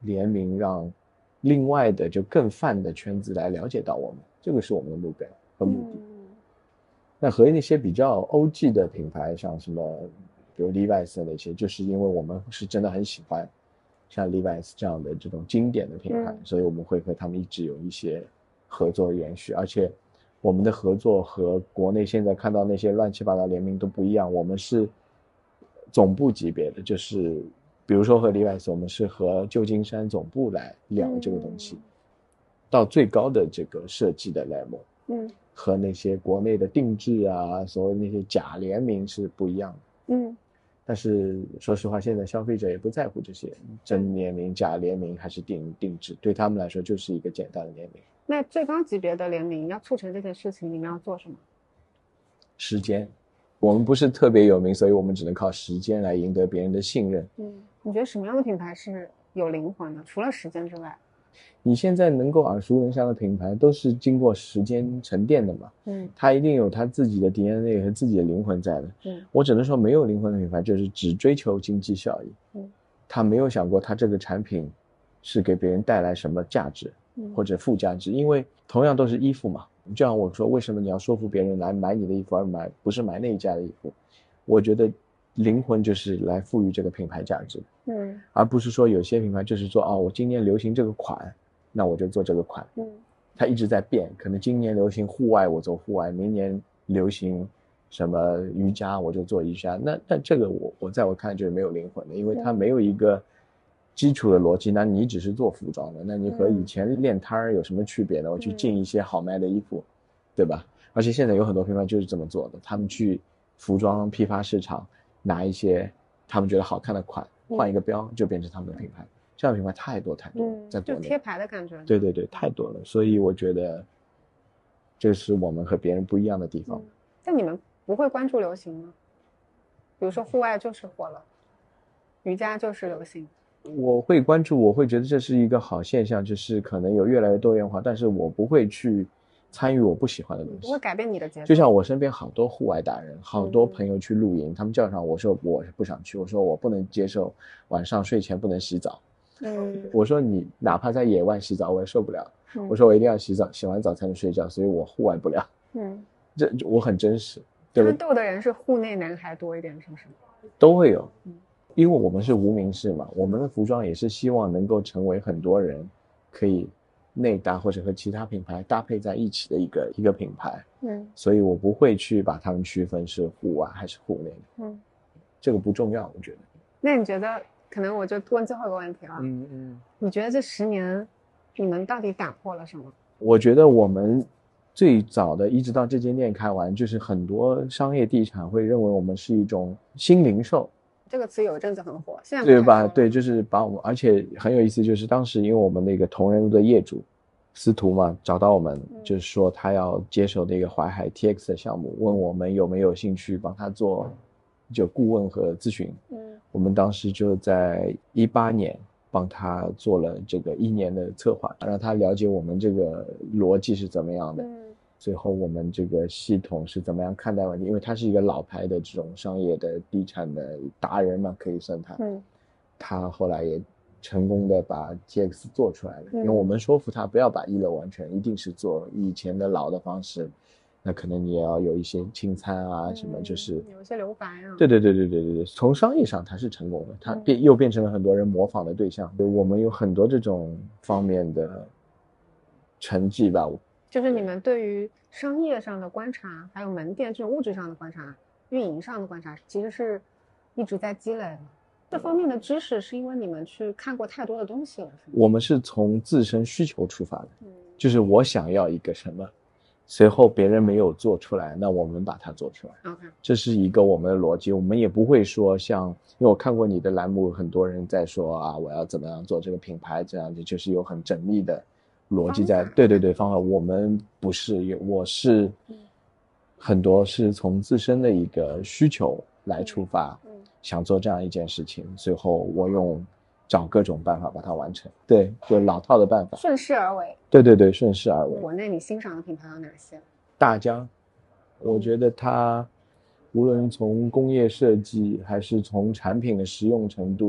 联名让另外的就更泛的圈子来了解到我们，这个是我们的目标和目的。那和那些比较 OG 的品牌，像什么比如 Levi's 的那些，就是因为我们是真的很喜欢像 Levi's 这样的这种经典的品牌，所以我们会和他们一直有一些合作延续，而且我们的合作和国内现在看到那些乱七八糟联名都不一样，我们是总部级别的，就是比如说和 Levi's 我们是和旧金山总部来聊这个东西，到最高的这个设计的 level，和那些国内的定制啊，所谓那些假联名是不一样的。但是说实话，现在消费者也不在乎这些真联名、假联名还是定制，对他们来说就是一个简单的联名。 那最高级别的联名要促成这件事情，你们要做什么？ 时间，我们不是特别有名，所以我们只能靠时间来赢得别人的信任。 你觉得什么样的品牌是有灵魂的？除了时间之外， 你现在能够耳熟能详的品牌都是经过时间沉淀的嘛，它一定有它自己的 DNA 和自己的灵魂在的。我只能说没有灵魂的品牌就是只追求经济效益，他没有想过他这个产品是给别人带来什么价值或者附加值，因为同样都是衣服嘛，就像我说为什么你要说服别人来买你的衣服而不是买那一家的衣服，我觉得灵魂就是来赋予这个品牌价值，而不是说有些品牌就是说我今年流行这个款，那我就做这个款，它一直在变，可能今年流行户外我做户外，明年流行什么瑜伽我就做瑜伽，那这个我在我看来就是没有灵魂的，因为它没有一个基础的逻辑，那你只是做服装的，那你和以前练摊儿有什么区别呢？我去进一些好卖的衣服，对吧？而且现在有很多品牌就是这么做的，他们去服装批发市场拿一些他们觉得好看的款，换一个标就变成他们的品牌。这样的品牌太多了，在国内就贴牌的感觉。 对，太多了，所以我觉得这是我们和别人不一样的地方。 但你们不会关注流行吗？比如说户外就是火了，瑜伽就是流行。 我会关注，我会觉得这是一个好现象，就是可能有越来越多元化，但是我不会去参与我不喜欢的东西， 不会改变你的节奏。 就像我身边好多户外达人，好多朋友去露营，他们叫上我说我是不想去，我说我不能接受晚上睡前不能洗澡。我说你哪怕在野外洗澡我也受不了，我说我一定要洗澡，洗完澡才能睡觉，所以我户外不了。这我很真实。 他们斗的人是户内男孩多一点，是不是？ 都会有，因为我们是无名氏嘛，我们的服装也是希望能够成为很多人可以内搭或者和其他品牌搭配在一起的一个品牌。所以我不会去把他们区分是户外还是户内的。这个不重要，我觉得。 那你觉得？可能我就问最后一个问题了。你觉得这10年你们到底打破了什么？我觉得我们最早的一直到这间店开完，就是很多商业地产会认为我们是一种新零售， 这个词有一阵子很火，现在对吧？对，就是把我们，而且很有意思，就是当时因为我们那个同仁路的业主司徒嘛找到我们，就是说他要接手那个淮海 TX 的项目，问我们有没有兴趣帮他做就顾问和咨询。我们当时就在18年帮他做了这个1年的策划，让他了解我们这个逻辑是怎么样的，最后我们这个系统是怎么样看待问题，因为他是一个老牌的这种商业的地产的达人嘛，可以算他。他后来也成功的把 TX 做出来了，因为我们说服他不要把1楼完全，一定是做以前的老的方式，那可能你也要有一些清餐啊什么，就是有一些留白啊。 对，从商业上它是成功的，它又变成了很多人模仿的对象。我们有很多这种方面的成绩吧。 就是你们对于商业上的观察，还有门店这种物质上的观察、运营上的观察，其实是一直在积累的。这方面的知识是因为你们去看过太多的东西了，是吗？ 我们是从自身需求出发的，就是我想要一个什么，随后别人没有做出来，那我们把它做出来。这是一个我们的逻辑，我们也不会说像，因为我看过你的栏目，很多人在说啊，我要怎么样做这个品牌，这样子就是有很缜密的逻辑在。对，方法我们不是，我是很多是从自身的一个需求来出发，想做这样一件事情，最后我找各种办法把它完成。对，就老套的办法， 顺势而为。 对，顺势而为。 国内你欣赏的品牌有哪些？ 大疆，我觉得它无论从工业设计还是从产品的实用程度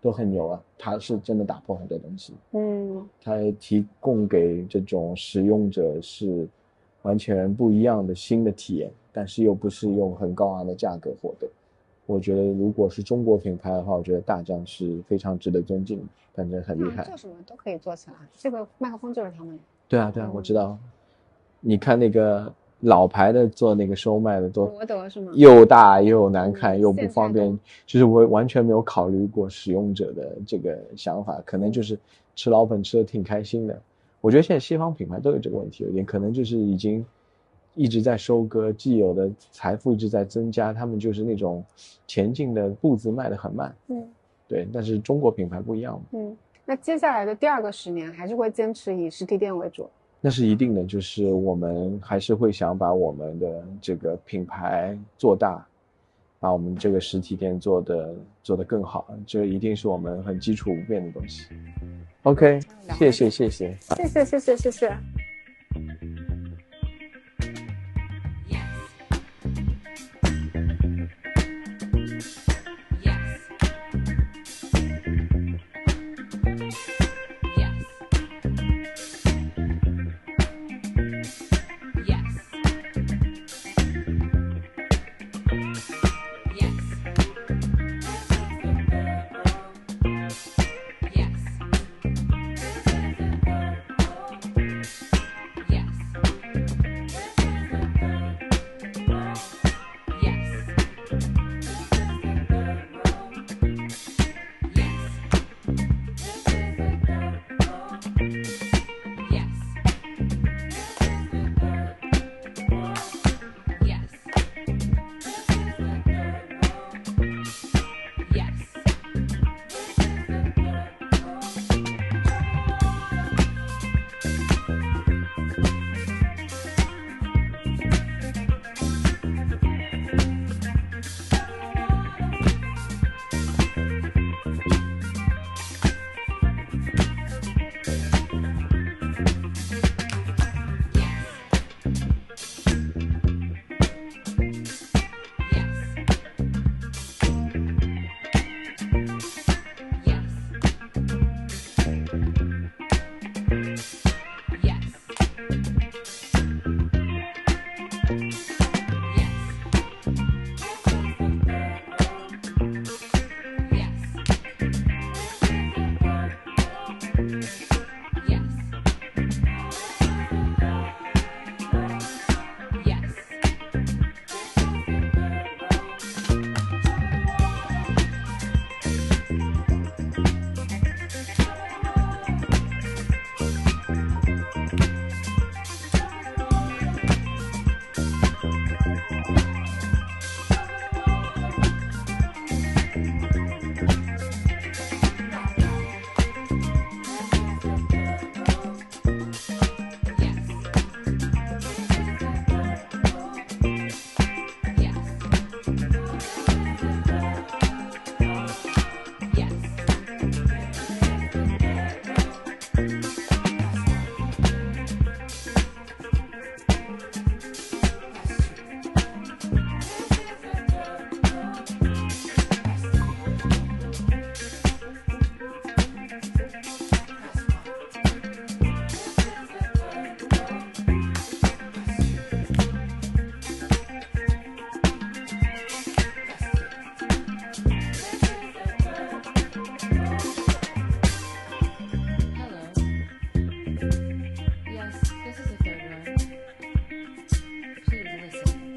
都很牛啊，它是真的打破很多东西。它提供给这种使用者是完全不一样的新的体验，但是又不是用很高昂的价格获得。我觉得如果是中国品牌的话，我觉得大疆是非常值得尊敬的，反正很厉害。 做什么都可以做起来，这个麦克风就是他们。 对啊，我知道。你看那个老牌的做那个收麦的都罗德是吗？ 又大又难看又不方便，就是我完全没有考虑过使用者的这个想法，可能就是吃老本吃的挺开心的。我觉得现在西方品牌都有这个问题，有点可能就是已经一直在收割既有的财富，一直在增加，他们就是那种前进的步子迈得很慢。对，但是中国品牌不一样。 那接下来的第2个10年还是会坚持以实体店为主？ 那是一定的，就是我们还是会想把我们的这个品牌做大，把我们这个实体店做得更好，这一定是我们很基础不变的东西。OK， 谢谢。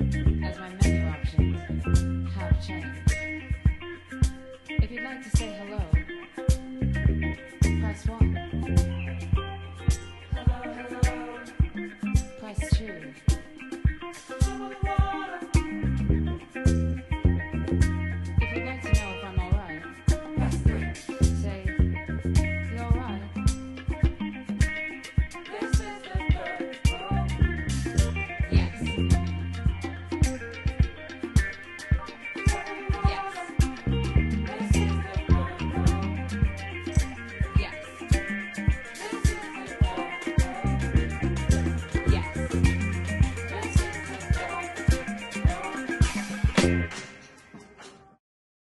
If you'd like to say hello